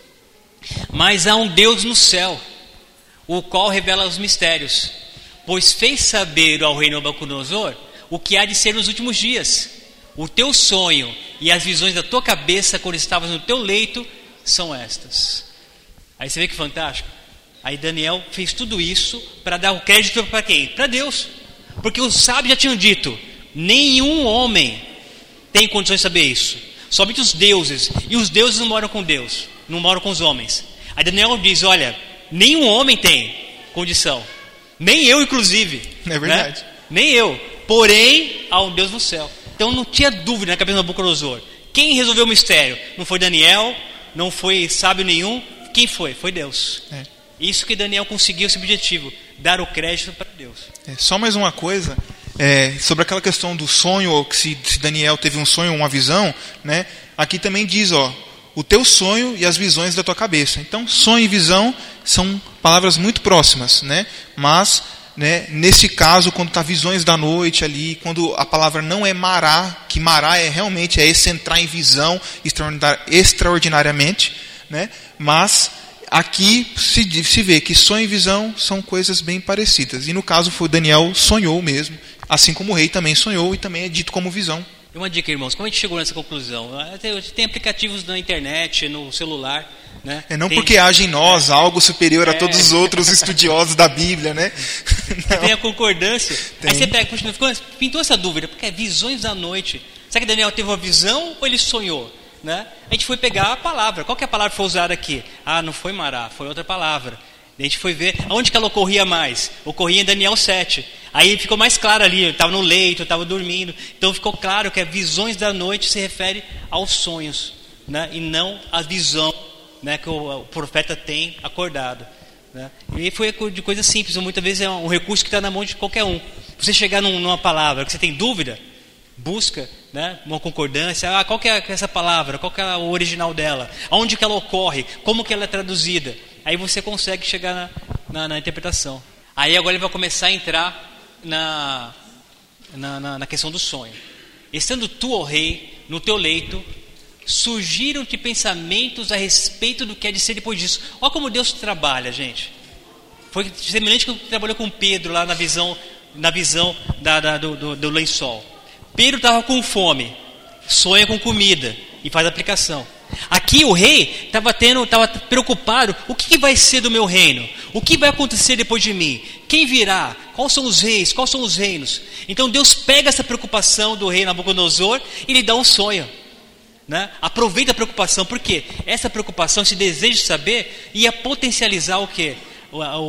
Mas há um Deus no céu, o qual revela os mistérios, pois fez saber ao rei Nabucodonosor o que há de ser nos últimos dias. O teu sonho e as visões da tua cabeça quando estavas no teu leito são estas. Aí você vê que fantástico. Aí Daniel fez tudo isso para dar o crédito para quem? Para Deus. Porque os sábios já tinham dito: nenhum homem tem condições de saber isso, somente os deuses. E os deuses não moram com Deus, não moram com os homens. Aí Daniel diz: olha, nenhum homem tem condição. Nem eu, inclusive. É verdade. Né? Nem eu. Porém, há um Deus no céu. Então não tinha dúvida na cabeça do Nabucodonosor. Quem resolveu o mistério? Não foi Daniel, não foi sábio nenhum. Quem foi? Foi Deus. É. Isso que Daniel conseguiu esse objetivo, dar o crédito para Deus. É, só mais uma coisa, é, sobre aquela questão do sonho, ou que se, se Daniel teve um sonho ou uma visão, né? Aqui também diz, ó, o teu sonho e as visões da tua cabeça. Então, sonho e visão são palavras muito próximas, né? Mas, né, nesse caso, quando está visões da noite ali, quando a palavra não é mará, que mará é realmente é esse entrar em visão extraordinariamente, né? Mas aqui se, se vê que sonho e visão são coisas bem parecidas. E no caso foi Daniel sonhou mesmo, assim como o rei também sonhou e também é dito como visão. Uma dica, irmãos, como a gente chegou nessa conclusão? Tem, tem aplicativos na internet, no celular, né? É não tem, porque haja em nós é, algo superior a é, todos os outros estudiosos da Bíblia, né? Tem a concordância. Tem. Aí você pega, puxa, pintou essa dúvida, porque é visões da noite. Será que Daniel teve uma visão ou ele sonhou? Né? A gente foi pegar a palavra. Qual que é a palavra que foi usada aqui? Ah, não foi mará, foi outra palavra. A gente foi ver onde que ela ocorria mais. Ocorria em Daniel sete. Aí ficou mais claro ali, estava no leito, estava dormindo. Então ficou claro que as visões da noite se refere aos sonhos, né? E não à visão, né, que o, o profeta tem acordado, né? E foi de coisa simples. Muitas vezes é um recurso que está na mão de qualquer um. Você chegar num, numa palavra que você tem dúvida, busca, né, uma concordância. Ah, qual que é essa palavra? Qual que é o original dela? Aonde que ela ocorre? Como que ela é traduzida? Aí você consegue chegar na, na, na interpretação. Aí agora ele vai começar a entrar na, na, na, na questão do sonho. Estando tu, ó rei, no teu leito, surgiram-te pensamentos a respeito do que é de ser depois disso. Olha como Deus trabalha, gente. Foi semelhante que trabalhou com Pedro lá na visão, na visão da, da, do, do, do lençol. Pedro estava com fome, sonha com comida e faz aplicação. Aqui o rei estava tendo, estava preocupado: o que, que vai ser do meu reino? O que vai acontecer depois de mim? Quem virá? Quais são os reis? Quais são os reinos? Então Deus pega essa preocupação do rei Nabucodonosor e lhe dá um sonho, né? Aproveita a preocupação, porque essa preocupação, esse desejo de saber, ia potencializar o quê? O, o,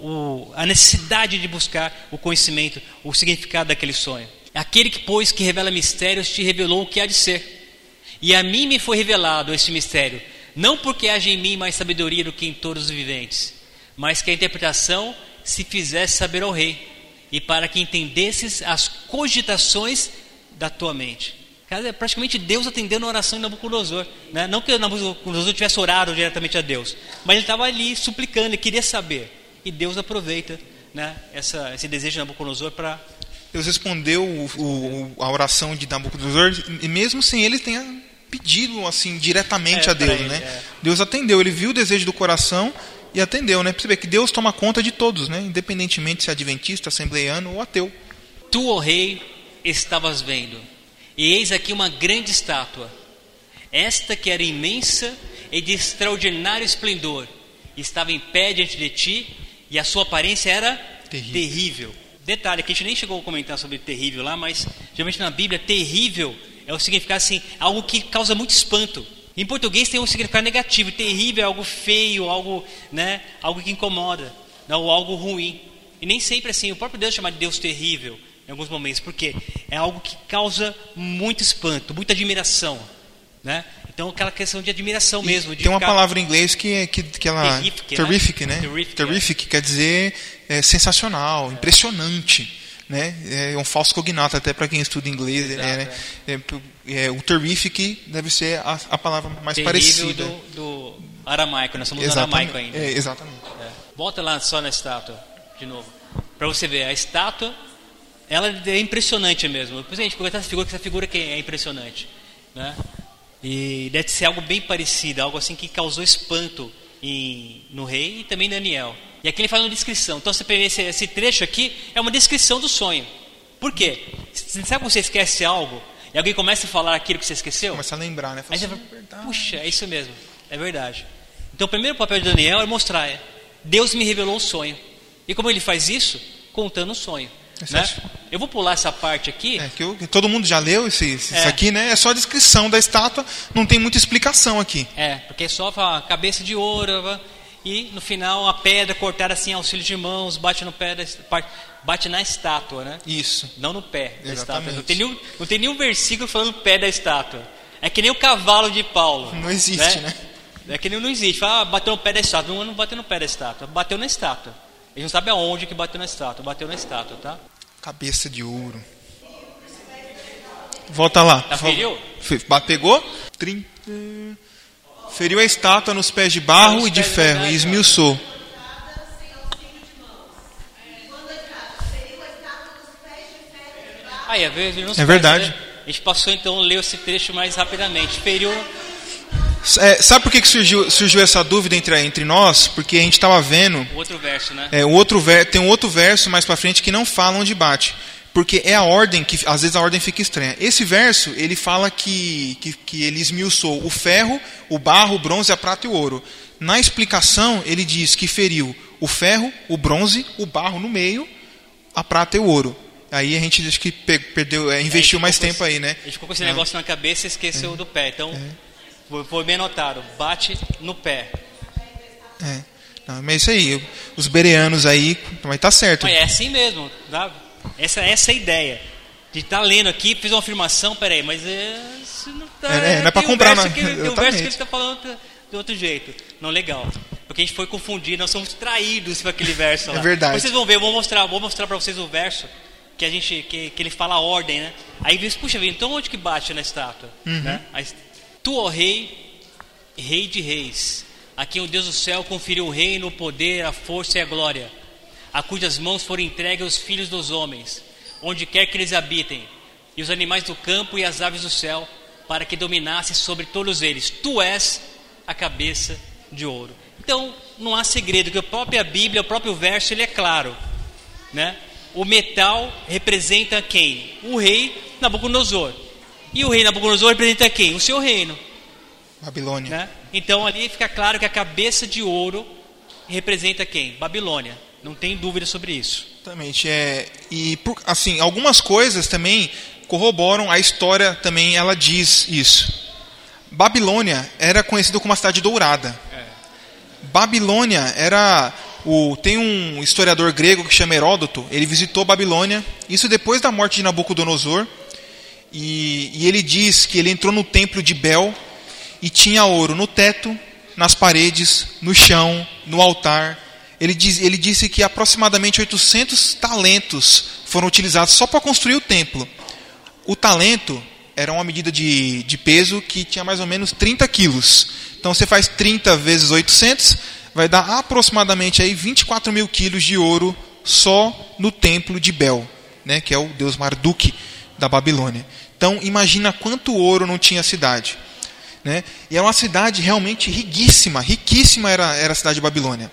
o, a necessidade de buscar o conhecimento, o significado daquele sonho. Aquele que, pois, que revela mistérios, te revelou o que há de ser. E a mim me foi revelado este mistério, não porque haja em mim mais sabedoria do que em todos os viventes, mas que a interpretação se fizesse saber ao rei, e para que entendesses as cogitações da tua mente. É praticamente Deus atendendo a oração de Nabucodonosor, né? Não que Nabucodonosor tivesse orado diretamente a Deus, mas ele estava ali suplicando, ele queria saber. E Deus aproveita, né, essa, esse desejo de Nabucodonosor para... Deus respondeu o, o, a oração de Nabucodonosor, e mesmo sem ele tenha pedido assim diretamente é, a Deus, ele, né? É. Deus atendeu, ele viu o desejo do coração e atendeu, né? Você vê que Deus toma conta de todos, né? Independentemente se é adventista, assembleiano ou ateu. Tu, ó rei, estavas vendo, e eis aqui uma grande estátua, esta que era imensa e de extraordinário esplendor, estava em pé diante de ti, e a sua aparência era terrível. terrível. Detalhe, que a gente nem chegou a comentar sobre terrível lá, mas geralmente na Bíblia, terrível é o significado assim, algo que causa muito espanto. Em português tem um significado negativo. Terrível é algo feio, algo, né, algo que incomoda, ou algo ruim. E nem sempre assim, o próprio Deus chama de Deus terrível em alguns momentos, porque é algo que causa muito espanto, muita admiração, né? Então aquela questão de admiração e mesmo. De tem uma ficar... palavra em inglês que é que, que ela terrific, terrific, né? né? Terrific, terrific é. Quer dizer é, sensacional, é. impressionante, né? É um falso cognato até para quem estuda inglês. Exato, é, né? é. É, o terrific deve ser a, a palavra mais terrível parecida. do, do aramaico, nós estamos no aramaico ainda. É, exatamente. É. Volta lá só na estátua de novo, para você ver a estátua. Ela é impressionante mesmo. Depois a gente pergunta essa figura, que essa figura que é impressionante, né? E deve ser algo bem parecido, algo assim que causou espanto em, no rei e também em Daniel. E aqui ele faz uma descrição. Então você esse, esse trecho aqui é uma descrição do sonho. Por quê? Sabe quando você esquece algo e alguém começa a falar aquilo que você esqueceu? Começa a lembrar, né? Aí você fala, puxa, é isso mesmo, é verdade. Então o primeiro papel de Daniel é mostrar, é, Deus me revelou o sonho. E como ele faz isso? Contando o sonho. Né? Eu vou pular essa parte aqui. É, que, eu, que todo mundo já leu esse, esse, é. Isso aqui, né? É só a descrição da estátua, não tem muita explicação aqui. É, porque é só a cabeça de ouro. e no final a pedra cortada assim, auxílio de mãos, bate no pé da, bate na estátua, né? Isso. Não no pé da Exatamente. estátua. Não tem, nenhum, não tem nenhum versículo falando pé da estátua. É que nem o cavalo de Paulo. Não existe, né? né? É que nem não existe. Fala, ah, bateu no pé da estátua. Não, não bateu no pé da estátua. Bateu na estátua. Eles não sabem aonde que bateu na estátua. Bateu na estátua, tá? Cabeça de ouro. Volta lá. Tá, feriu? Pegou? trinta. Feriu a estátua nos pés de barro e de ferro verdade, e esmiuçou. Aí, é, é verdade. Né? A gente passou então, leu esse trecho mais rapidamente. Feriu. É, sabe por que, que surgiu, surgiu essa dúvida entre, entre nós? Porque a gente estava vendo. O outro verso, né? É, o outro ver, tem um outro verso mais para frente que não fala onde bate. Porque é a ordem que às vezes a ordem fica estranha. Esse verso ele fala que, que, que ele esmiuçou o ferro, o barro, o bronze, a prata e o ouro. Na explicação ele diz que feriu o ferro, o bronze, o barro no meio, a prata e o ouro. Aí a gente acho que perdeu, investiu mais tempo esse, aí, né? A gente ficou com esse negócio na cabeça e esqueceu é. do pé. Então é. foi bem anotado. Bate no pé. É. Não, mas é isso aí. Os bereanos aí, mas tá certo. Mas é assim mesmo, tá? Essa, essa é a ideia. De estar tá lendo aqui, fiz uma afirmação, peraí, mas é, não, tá, é, não é para comprar, não. Que, tem um verso que ele está falando de outro jeito. Não, legal. Porque a gente foi confundir, nós somos traídos por aquele verso lá. É verdade. Mas vocês vão ver, eu vou mostrar, vou mostrar para vocês o verso que a gente que, que ele fala a ordem, né? Aí diz, puxa vida, então onde que bate na estátua? Uhum. Né? Aí, tu, ó rei, rei de reis, a quem o Deus do céu conferiu o reino, o poder, a força e a glória, a cujas mãos foram entregues aos filhos dos homens, onde quer que eles habitem, e os animais do campo e as aves do céu, para que dominasse sobre todos eles. Tu és a cabeça de ouro. Então, não há segredo, que a própria Bíblia, o próprio verso, ele é claro, né? O metal representa quem? O rei Nabucodonosor. E o rei Nabucodonosor representa quem? O seu reino. Babilônia. Né? Então, ali fica claro que a cabeça de ouro representa quem? Babilônia. Não tem dúvida sobre isso. Exatamente. É, e assim, algumas coisas também corroboram, a história também ela diz isso. Babilônia era conhecida como uma cidade dourada. É. Babilônia era o, tem um historiador grego que chama Heródoto, ele visitou Babilônia, isso depois da morte de Nabucodonosor, e, e ele diz que ele entrou no templo de Bel e tinha ouro no teto, nas paredes, no chão, no altar. Ele, diz, ele disse que aproximadamente oitocentos talentos foram utilizados só para construir o templo. O talento era uma medida de, de peso que tinha mais ou menos trinta quilos. Então você faz trinta vezes oitocentos, vai dar aproximadamente aí vinte e quatro mil quilos de ouro só no templo de Bel, né, que é o deus Marduk da Babilônia. Então imagina quanto ouro não tinha a cidade. Né? E é uma cidade realmente riquíssima, riquíssima era, era a cidade de Babilônia.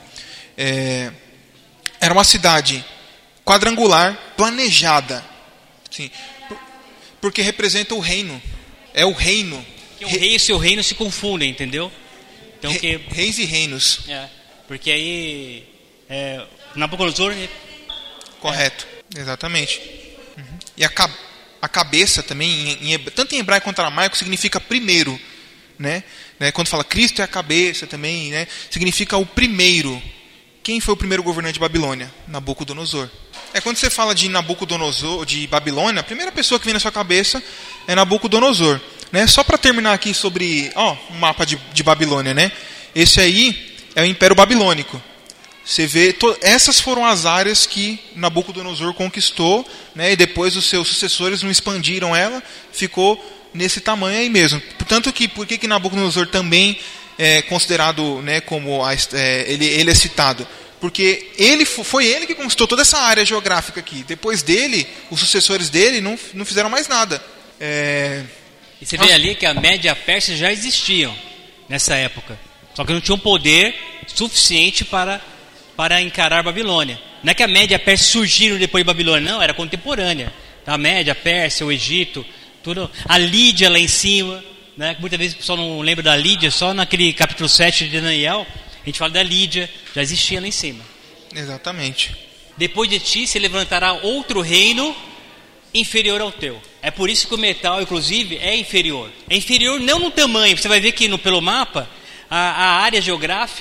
É, era uma cidade quadrangular, planejada, assim, porque representa o reino. É o reino. Que o rei e seu reino se confundem, entendeu? Então, Re, que, reis e reinos. É, porque aí é, Nabucodonosor. Correto, é. Exatamente. Uhum. E a, a cabeça também, em, em, tanto em hebraico quanto em aramaico, significa primeiro. Né? Né? Quando fala Cristo é a cabeça também, né? Significa o primeiro. Quem foi o primeiro governante de Babilônia? Nabucodonosor. É, quando você fala de Nabucodonosor, de Babilônia, a primeira pessoa que vem na sua cabeça é Nabucodonosor. Né? Só para terminar aqui sobre ó, um mapa de, de Babilônia. Né? Esse aí é o Império Babilônico. Você vê, to, essas foram as áreas que Nabucodonosor conquistou, né? E depois os seus sucessores não expandiram ela, ficou nesse tamanho aí mesmo. Portanto, que, por que, que Nabucodonosor também é considerado, né, como a, é, ele, ele é citado? Porque ele, foi ele que conquistou toda essa área geográfica aqui. Depois dele, os sucessores dele não, não fizeram mais nada. É... E você vê ali que a Média Pérsia já existiam nessa época. Só que não tinham poder suficiente para, para encarar a Babilônia. Não é que a Média Pérsia surgiram depois de Babilônia, não, era contemporânea. A Média Pérsia, o Egito, tudo. A Lídia lá em cima, né? Muitas vezes o pessoal não lembra da Lídia, só naquele capítulo sete de Daniel, a gente fala da Lídia, já existia lá em cima. Exatamente. Depois de ti se levantará outro reino inferior ao teu. É por isso que o metal, inclusive, é inferior. É inferior não no tamanho, você vai ver que no, pelo mapa, a, a área geográfica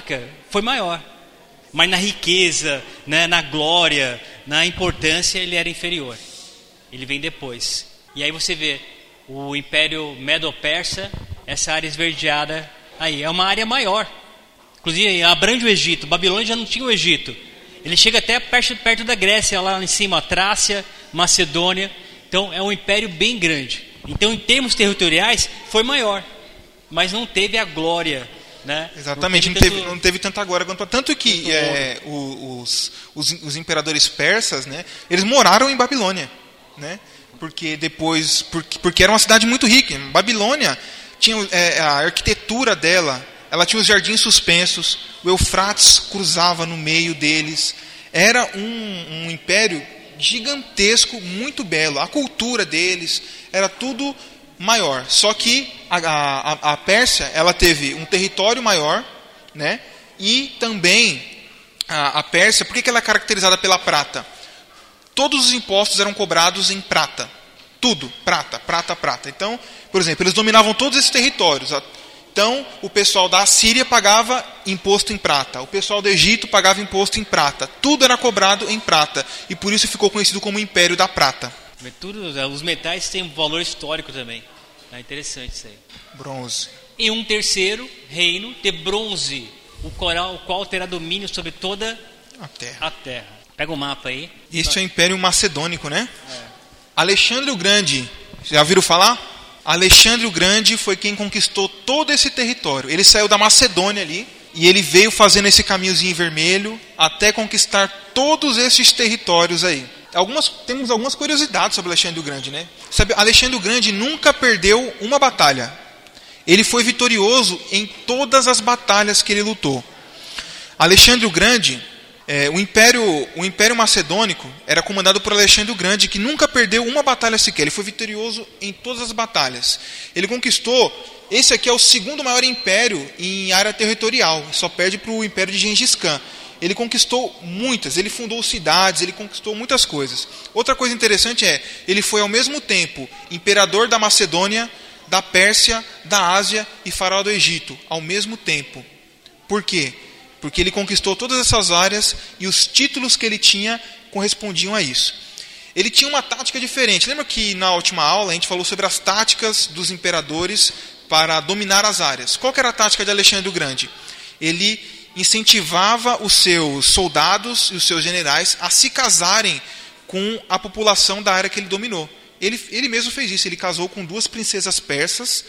foi maior. Mas na riqueza, né, na glória, na importância, ele era inferior. Ele vem depois. E aí você vê o Império Medo-Persa, essa área esverdeada aí, é uma área maior. Inclusive abrange o Egito. Babilônia já não tinha o Egito. Ele chega até perto, perto da Grécia, lá em cima, Trácia, Macedônia. Então é um império bem grande. Então em termos territoriais foi maior, mas não teve a glória, né? Exatamente, não teve, não teve, não teve tanta glória quanto tanto que é, os, os, os imperadores persas, né, eles moraram em Babilônia, né? Porque depois, porque, porque era uma cidade muito rica. Babilônia tinha é, a arquitetura dela, ela tinha os jardins suspensos, o Eufrates cruzava no meio deles. Era um, um império gigantesco, muito belo. A cultura deles era tudo maior. Só que a, a, a Pérsia, ela teve um território maior, né? E também a, a Pérsia, por que, que ela é caracterizada pela prata? Todos os impostos eram cobrados em prata. Tudo, prata, prata, prata. Então, por exemplo, eles dominavam todos esses territórios. Então, o pessoal da Síria pagava imposto em prata. O pessoal do Egito pagava imposto em prata. Tudo era cobrado em prata. E por isso ficou conhecido como Império da Prata. Tudo, os metais têm um valor histórico também. É interessante isso aí. Bronze. E um terceiro reino de bronze, o qual, o qual terá domínio sobre toda a terra. A terra. Pega o mapa aí. Este é o Império Macedônico, né? É. Alexandre o Grande, já ouviram falar? Alexandre o Grande foi quem conquistou todo esse território. Ele saiu da Macedônia ali e ele veio fazendo esse caminhozinho vermelho até conquistar todos esses territórios aí. Algumas, temos algumas curiosidades sobre Alexandre o Grande, né? Sabe, Alexandre o Grande nunca perdeu uma batalha. Ele foi vitorioso em todas as batalhas que ele lutou. Alexandre o Grande, é, o, Império, o Império Macedônico era comandado por Alexandre o Grande, que nunca perdeu uma batalha sequer. Ele foi vitorioso em todas as batalhas. Ele conquistou, esse aqui é o segundo maior império em área territorial, só perde para o Império de Gengis Khan. Ele conquistou muitas, ele fundou cidades, ele conquistou muitas coisas. Outra coisa interessante é, ele foi ao mesmo tempo imperador da Macedônia, da Pérsia, da Ásia e faraó do Egito, ao mesmo tempo. Por quê? Porque ele conquistou todas essas áreas e os títulos que ele tinha correspondiam a isso. Ele tinha uma tática diferente. Lembra que na última aula a gente falou sobre as táticas dos imperadores para dominar as áreas? Qual que era a tática de Alexandre o Grande? Ele incentivava os seus soldados e os seus generais a se casarem com a população da área que ele dominou. Ele, ele mesmo fez isso. Ele casou com duas princesas persas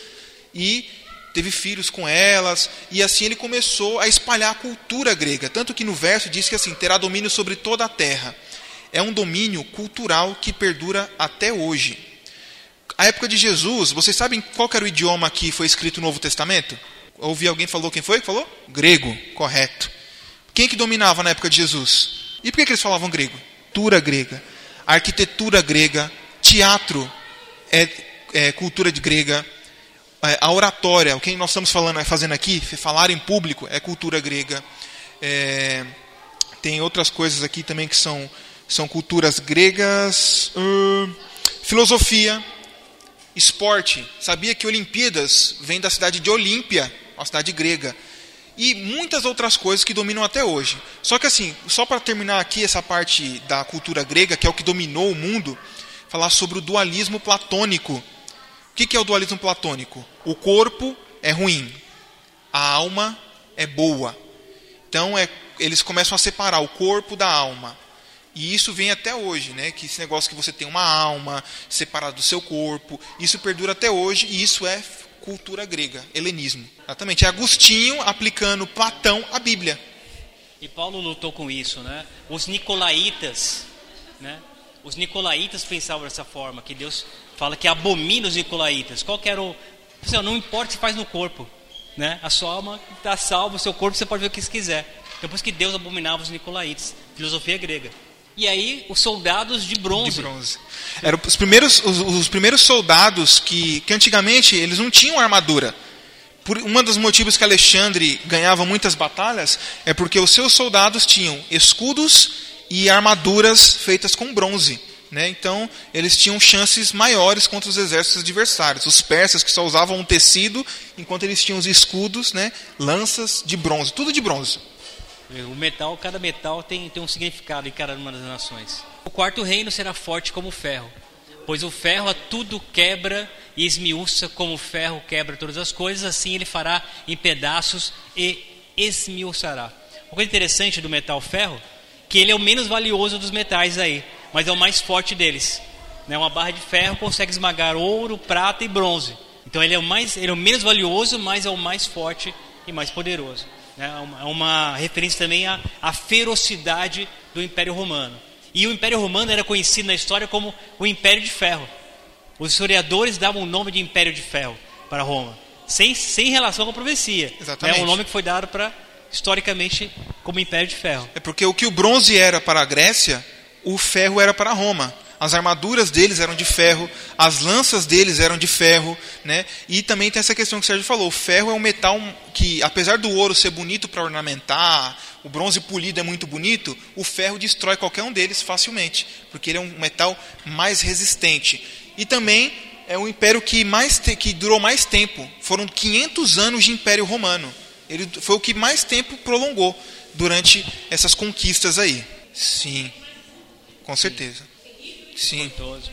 e teve filhos com elas, e assim ele começou a espalhar a cultura grega. Tanto que no verso diz que assim, terá domínio sobre toda a terra. É um domínio cultural que perdura até hoje. A época de Jesus, vocês sabem qual era o idioma que foi escrito no Novo Testamento? Ouvi alguém falou, quem foi que falou? Grego, correto. Quem que dominava na época de Jesus? E por que, que eles falavam grego? Cultura grega, arquitetura grega, teatro é, é cultura de grega, a oratória, o que nós estamos falando, fazendo aqui, falar em público, é cultura grega. É, tem outras coisas aqui também que são, são culturas gregas. Hum, filosofia, esporte. Sabia que Olimpíadas vem da cidade de Olímpia, uma cidade grega. E muitas outras coisas que dominam até hoje. Só que assim, só para terminar aqui essa parte da cultura grega, que é o que dominou o mundo, falar sobre o dualismo platônico. O que é o dualismo platônico? O corpo é ruim, a alma é boa. Então é, eles começam a separar o corpo da alma. E isso vem até hoje, né? Que esse negócio que você tem uma alma separada do seu corpo, isso perdura até hoje e isso é cultura grega, helenismo. Exatamente, é Agostinho aplicando Platão à Bíblia. E Paulo lutou com isso, né? Os nicolaítas, né? Os nicolaítas pensavam dessa forma, que Deus fala que abomina os nicolaítas. Qual que era o... Não importa o que faz no corpo, né? A sua alma está salva, o seu corpo você pode ver o que você quiser. Depois que Deus abominava os nicolaítas, filosofia grega. E aí os soldados de bronze. De bronze. Eram os primeiros, os, os primeiros soldados que, que antigamente eles não tinham armadura. Por, um dos motivos que Alexandre ganhava muitas batalhas é porque os seus soldados tinham escudos e armaduras feitas com bronze. Né? Então, eles tinham chances maiores contra os exércitos adversários. Os persas que só usavam um tecido, enquanto eles tinham os escudos, né? Lanças de bronze, tudo de bronze. O metal, cada metal tem, tem um significado em cada uma das nações. O quarto reino será forte como o ferro, pois o ferro a tudo quebra e esmiuça como o ferro quebra todas as coisas, assim ele fará em pedaços e esmiuçará. Uma coisa interessante do metal ferro, que ele é o menos valioso dos metais aí, mas é o mais forte deles. Né? Uma barra de ferro consegue esmagar ouro, prata e bronze. Então ele é o, mais, ele é o menos valioso, mas é o mais forte e mais poderoso. É uma, uma referência também à, à ferocidade do Império Romano. E o Império Romano era conhecido na história como o Império de Ferro. Os historiadores davam o nome de Império de Ferro para Roma, sem, sem relação com a profecia. Exatamente. É um nome que foi dado para, historicamente, como Império de Ferro. É porque o que o bronze era para a Grécia, o ferro era para Roma. As armaduras deles eram de ferro, as lanças deles eram de ferro, né? E também tem essa questão que o Sérgio falou, o ferro é um metal que, apesar do ouro ser bonito para ornamentar, o bronze polido é muito bonito, o ferro destrói qualquer um deles facilmente, porque ele é um metal mais resistente. E também é um império que, mais te, que durou mais tempo, foram quinhentos anos de Império Romano. Ele foi o que mais tempo prolongou durante essas conquistas aí. Sim, com certeza. Sim.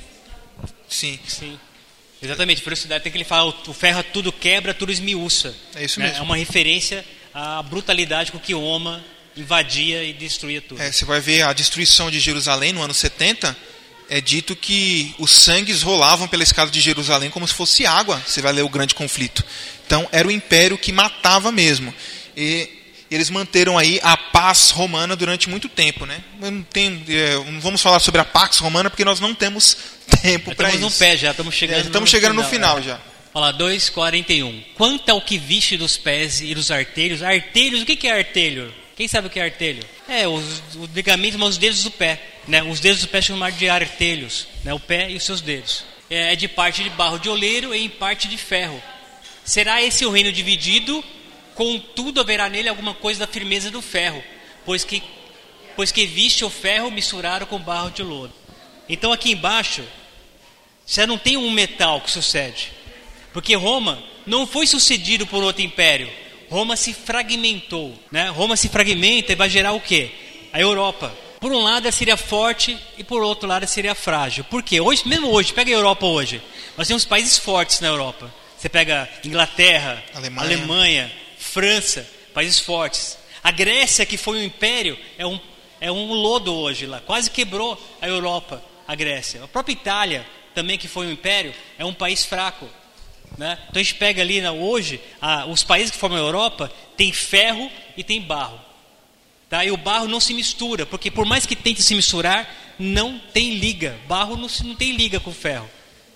Sim. Sim. Exatamente, ferocidade tem que ele fala, o ferro tudo quebra, tudo esmiuça. É isso mesmo. É uma referência à brutalidade com que Roma invadia e destruía tudo. É, você vai ver a destruição de Jerusalém no ano setenta, é dito que os sangues rolavam pela escada de Jerusalém como se fosse água. Você vai ler o grande conflito. Então era o império que matava mesmo. E eles manteram aí a paz romana durante muito tempo, né? Eu não, tenho, é, não vamos falar sobre a Pax Romana porque nós não temos tempo para isso. Estamos no pé já, estamos chegando, é, já estamos no chegando final, no final é. já. Olha lá, dois, quarenta e um. Quanto ao que viste dos pés e dos artelhos, artelhos, o que é artelho? Quem sabe o que é artelho? É, os, os ligamentos, mas os dedos do pé. Né? Os dedos do pé chamados de artelhos, né? O pé e os seus dedos. É de parte de barro de oleiro e em parte de ferro. Será esse o reino dividido? Contudo, haverá nele alguma coisa da firmeza do ferro, pois que, pois que viste o ferro misturado com barro de lodo. Então aqui embaixo, você não tem um metal que sucede, porque Roma não foi sucedido por outro império. Roma se fragmentou, né? Roma se fragmenta e vai gerar o quê? A Europa. Por um lado, ela seria forte e por outro lado, ela seria frágil. Por quê? Hoje, mesmo hoje, pega a Europa hoje, nós temos países fortes na Europa. Você pega Inglaterra, Alemanha, Alemanha França, países fortes. A Grécia, que foi um império, é um, é um lodo hoje lá. Quase quebrou a Europa, a Grécia. A própria Itália, também que foi um império, é um país fraco. Né? Então a gente pega ali né, hoje, a, os países que formam a Europa, tem ferro e tem barro. Tá? E o barro não se mistura, porque por mais que tente se misturar, não tem liga. Barro não, não tem liga com ferro.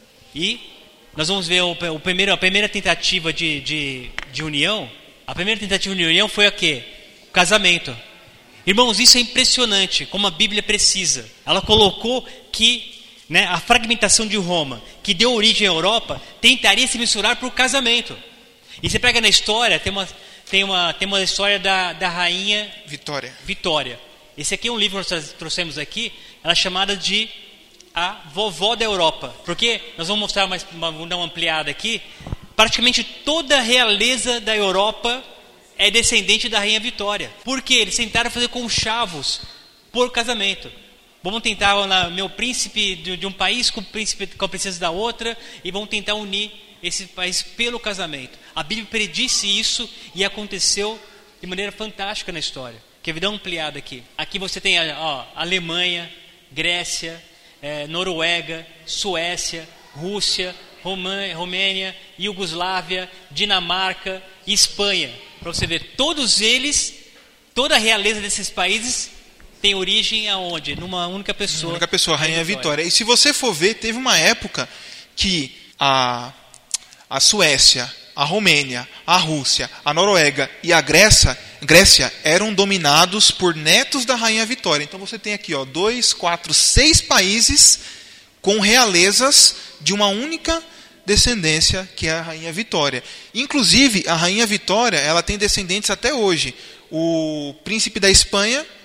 E nós vamos ver o, o primeiro, a primeira tentativa de, de, de união. A primeira tentativa de união foi a quê? O casamento. Irmãos, isso é impressionante, como a Bíblia precisa. Ela colocou que né, a fragmentação de Roma, que deu origem à Europa, tentaria se misturar por casamento. E você pega na história, tem uma, tem uma, tem uma história da, da rainha Vitória. Vitória. Esse aqui é um livro que nós trouxemos aqui, ela é chamada de a vovó da Europa. Porque nós vamos mostrar mais, vamos dar uma ampliada aqui. Praticamente toda a realeza da Europa é descendente da rainha Vitória. Por quê? Eles tentaram fazer conchavos por casamento. Vamos tentar o meu príncipe de, de um país com o príncipe com a princesa da outra e vamos tentar unir esse país pelo casamento. A Bíblia predisse isso e aconteceu de maneira fantástica na história. Quer dar uma ampliada aqui? Aqui você tem ó, Alemanha, Grécia, é, Noruega, Suécia, Rússia, România, Romênia, Iugoslávia, Dinamarca e Espanha. Para você ver, todos eles, toda a realeza desses países tem origem aonde? Numa única pessoa. Uma única pessoa, a Rainha Vitória. E se você for ver, teve uma época que a, a Suécia, a Romênia, a Rússia, a Noruega e a Grécia, Grécia eram dominados por netos da Rainha Vitória. Então você tem aqui ó, dois, quatro, seis países com realezas de uma única descendência, que é a Rainha Vitória. Inclusive, a Rainha Vitória ela tem descendentes até hoje. O príncipe da Espanha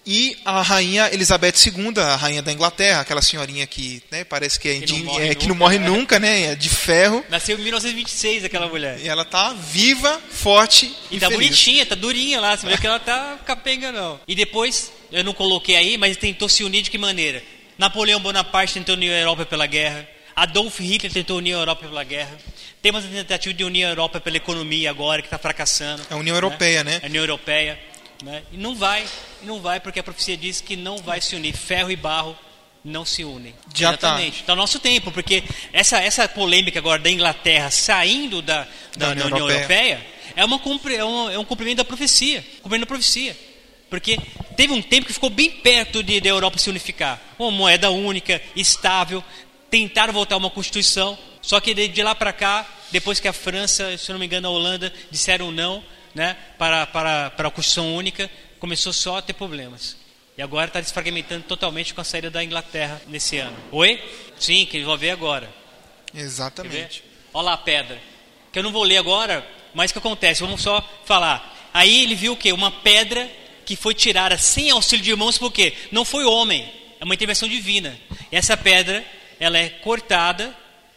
E a rainha Elizabeth segunda, a rainha da Inglaterra, aquela senhorinha que, né, parece que, é que, não, morre é, que não morre nunca, né, é de ferro. Nasceu em mil novecentos e vinte e seis aquela mulher. E ela tá viva, forte e, e tá feliz. Bonitinha, tá durinha lá, você vê que ela tá capenga não. E depois, eu não coloquei aí, mas tentou se unir de que maneira? Napoleão Bonaparte tentou unir a Europa pela guerra. Adolf Hitler tentou unir a Europa pela guerra. Temos a tentativa de unir a Europa pela economia agora, que está fracassando. A União Europeia, né? né? A União Europeia. Né? E não vai, não vai, porque a profecia diz que não vai se unir. Ferro e barro não se unem. Já Exatamente. Está tá no nosso tempo, porque essa, essa polêmica agora da Inglaterra saindo da, da, da União, União Europeia, Europeia é, uma, é, um, é um cumprimento da profecia. Cumprimento da profecia. Porque teve um tempo que ficou bem perto de, da Europa se unificar. Uma moeda única, estável. Tentaram voltar a uma Constituição. Só que de, de lá para cá, depois que a França, se não me engano a Holanda, disseram não, né, para, para, para a Constituição Única, começou só a ter problemas. E agora está desfragmentando totalmente com a saída da Inglaterra nesse ano. Oi? Sim, que vou ver agora. Exatamente. Olha lá a pedra. Que eu não vou ler agora, mas o que acontece? Vamos só falar. Aí ele viu o quê? Uma pedra que foi tirada sem auxílio de irmãos, por quê? Não foi homem, é uma intervenção divina. E essa pedra, ela é cortada,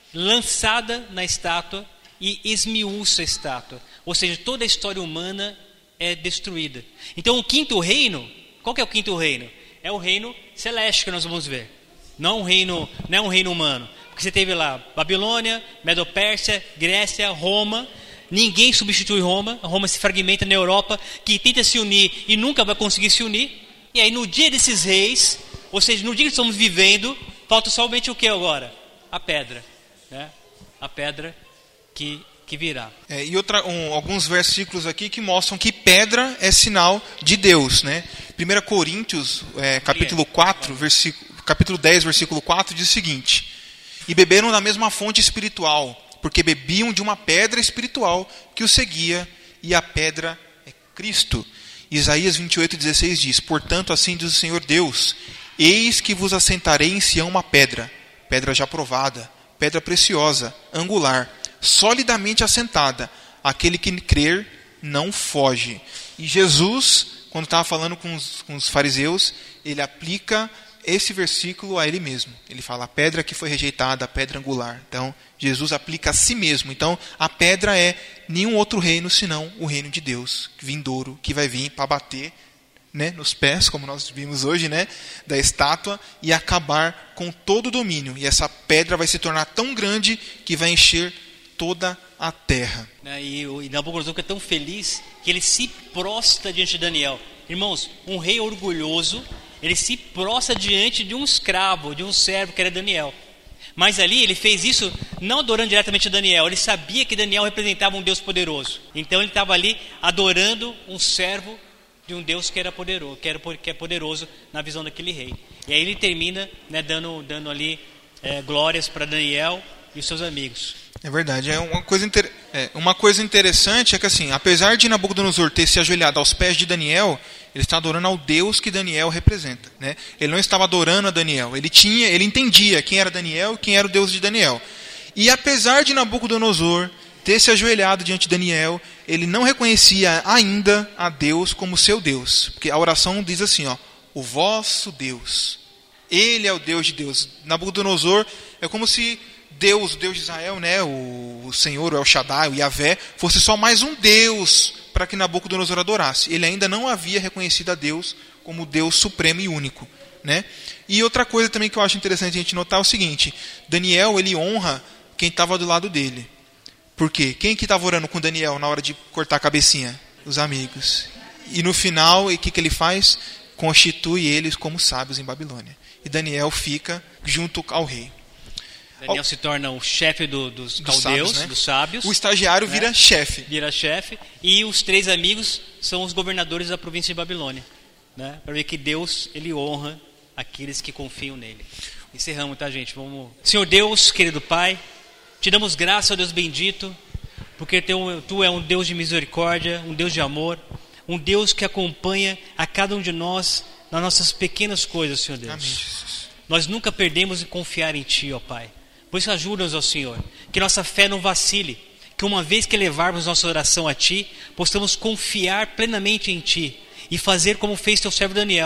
lançada na estátua e esmiuça a estátua. Ou seja, toda a história humana é destruída. Então o quinto reino, qual que é o quinto reino? É o reino celeste que nós vamos ver. Não é um reino, não é um reino humano. Porque você teve lá Babilônia, Medo-Pérsia, Grécia, Roma. Ninguém substitui Roma. Roma se fragmenta na Europa, que tenta se unir e nunca vai conseguir se unir. E aí no dia desses reis, ou seja, no dia que estamos vivendo, falta somente o que agora? A pedra. Né? A pedra que, que virá. É, e outra, um, alguns versículos aqui que mostram que pedra é sinal de Deus. Né? primeira Coríntios, é, capítulo quatro, versículo, capítulo dez, versículo quatro, diz o seguinte: e beberam da mesma fonte espiritual, porque bebiam de uma pedra espiritual que os seguia, e a pedra é Cristo. Isaías vinte e oito, dezesseis diz: portanto, assim diz o Senhor Deus, eis que vos assentarei em Sião uma pedra, pedra já provada, pedra preciosa, angular, solidamente assentada, aquele que crer não foge. E Jesus, quando estava falando com os, com os fariseus, ele aplica esse versículo a ele mesmo. Ele fala: a pedra que foi rejeitada, a pedra angular. Então, Jesus aplica a si mesmo. Então, a pedra é nenhum outro reino senão o reino de Deus, vindouro, que vai vir para bater, né, nos pés, como nós vimos hoje, né, da estátua, e acabar com todo o domínio. E essa pedra vai se tornar tão grande que vai encher toda a terra. E o Nabucodonosor é tão feliz que ele se prostra diante de Daniel. Irmãos, um rei orgulhoso, ele se prostra diante de um escravo, de um servo que era Daniel. Mas ali ele fez isso não adorando diretamente a Daniel. Ele sabia que Daniel representava um Deus poderoso. Então ele estava ali adorando um servo de um Deus que era poderoso, que, era, que é poderoso na visão daquele rei. E aí ele termina, né, dando, dando ali é, glórias para Daniel e os seus amigos. É verdade. É uma coisa, inter... é, uma coisa interessante é que, assim, apesar de Nabucodonosor ter se ajoelhado aos pés de Daniel, ele está adorando ao Deus que Daniel representa. Né? Ele não estava adorando a Daniel. Ele tinha, ele entendia quem era Daniel e quem era o Deus de Daniel. E apesar de Nabucodonosor ter se ajoelhado diante de Daniel, ele não reconhecia ainda a Deus como seu Deus. Porque a oração diz assim, ó, o vosso Deus. Ele é o Deus de Deus. Nabucodonosor é como se Deus, o Deus de Israel, né, o, o Senhor, o El Shaddai, o Yahvé, fosse só mais um Deus para que Nabucodonosor adorasse. Ele ainda não havia reconhecido a Deus como Deus supremo e único. Né? E outra coisa também que eu acho interessante a gente notar é o seguinte: Daniel, ele honra quem estava do lado dele. Por quê? Quem que estava orando com Daniel na hora de cortar a cabecinha? Os amigos. E no final, o que, que ele faz? Constitui eles como sábios em Babilônia. E Daniel fica junto ao rei. Daniel se torna o chefe do, dos, dos caldeus, sábios, né? dos sábios. O estagiário, né? vira chefe. Vira chefe. E os três amigos são os governadores da província de Babilônia. Né? Para ver que Deus, ele honra aqueles que confiam nele. Encerramos, tá, gente? Vamos. Senhor Deus, querido Pai, te damos graça, ó Deus bendito, porque teu, Tu é um Deus de misericórdia, um Deus de amor, um Deus que acompanha a cada um de nós nas nossas pequenas coisas, Senhor Deus. Amém, Jesus. Nós nunca perdemos de confiar em Ti, ó Pai. Por isso ajuda-nos, ó Senhor, que nossa fé não vacile, que uma vez que levarmos nossa oração a Ti, possamos confiar plenamente em Ti e fazer como fez Teu servo Daniel,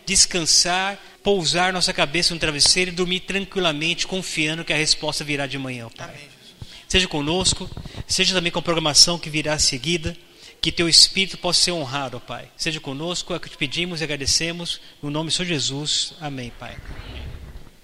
descansar, pousar nossa cabeça no travesseiro e dormir tranquilamente, confiando que a resposta virá de manhã, Pai. Amém. Seja conosco, seja também com a programação que virá a seguida, que Teu Espírito possa ser honrado, Pai. Seja conosco, é o que te pedimos e agradecemos, no nome de Senhor Jesus. Amém, Pai.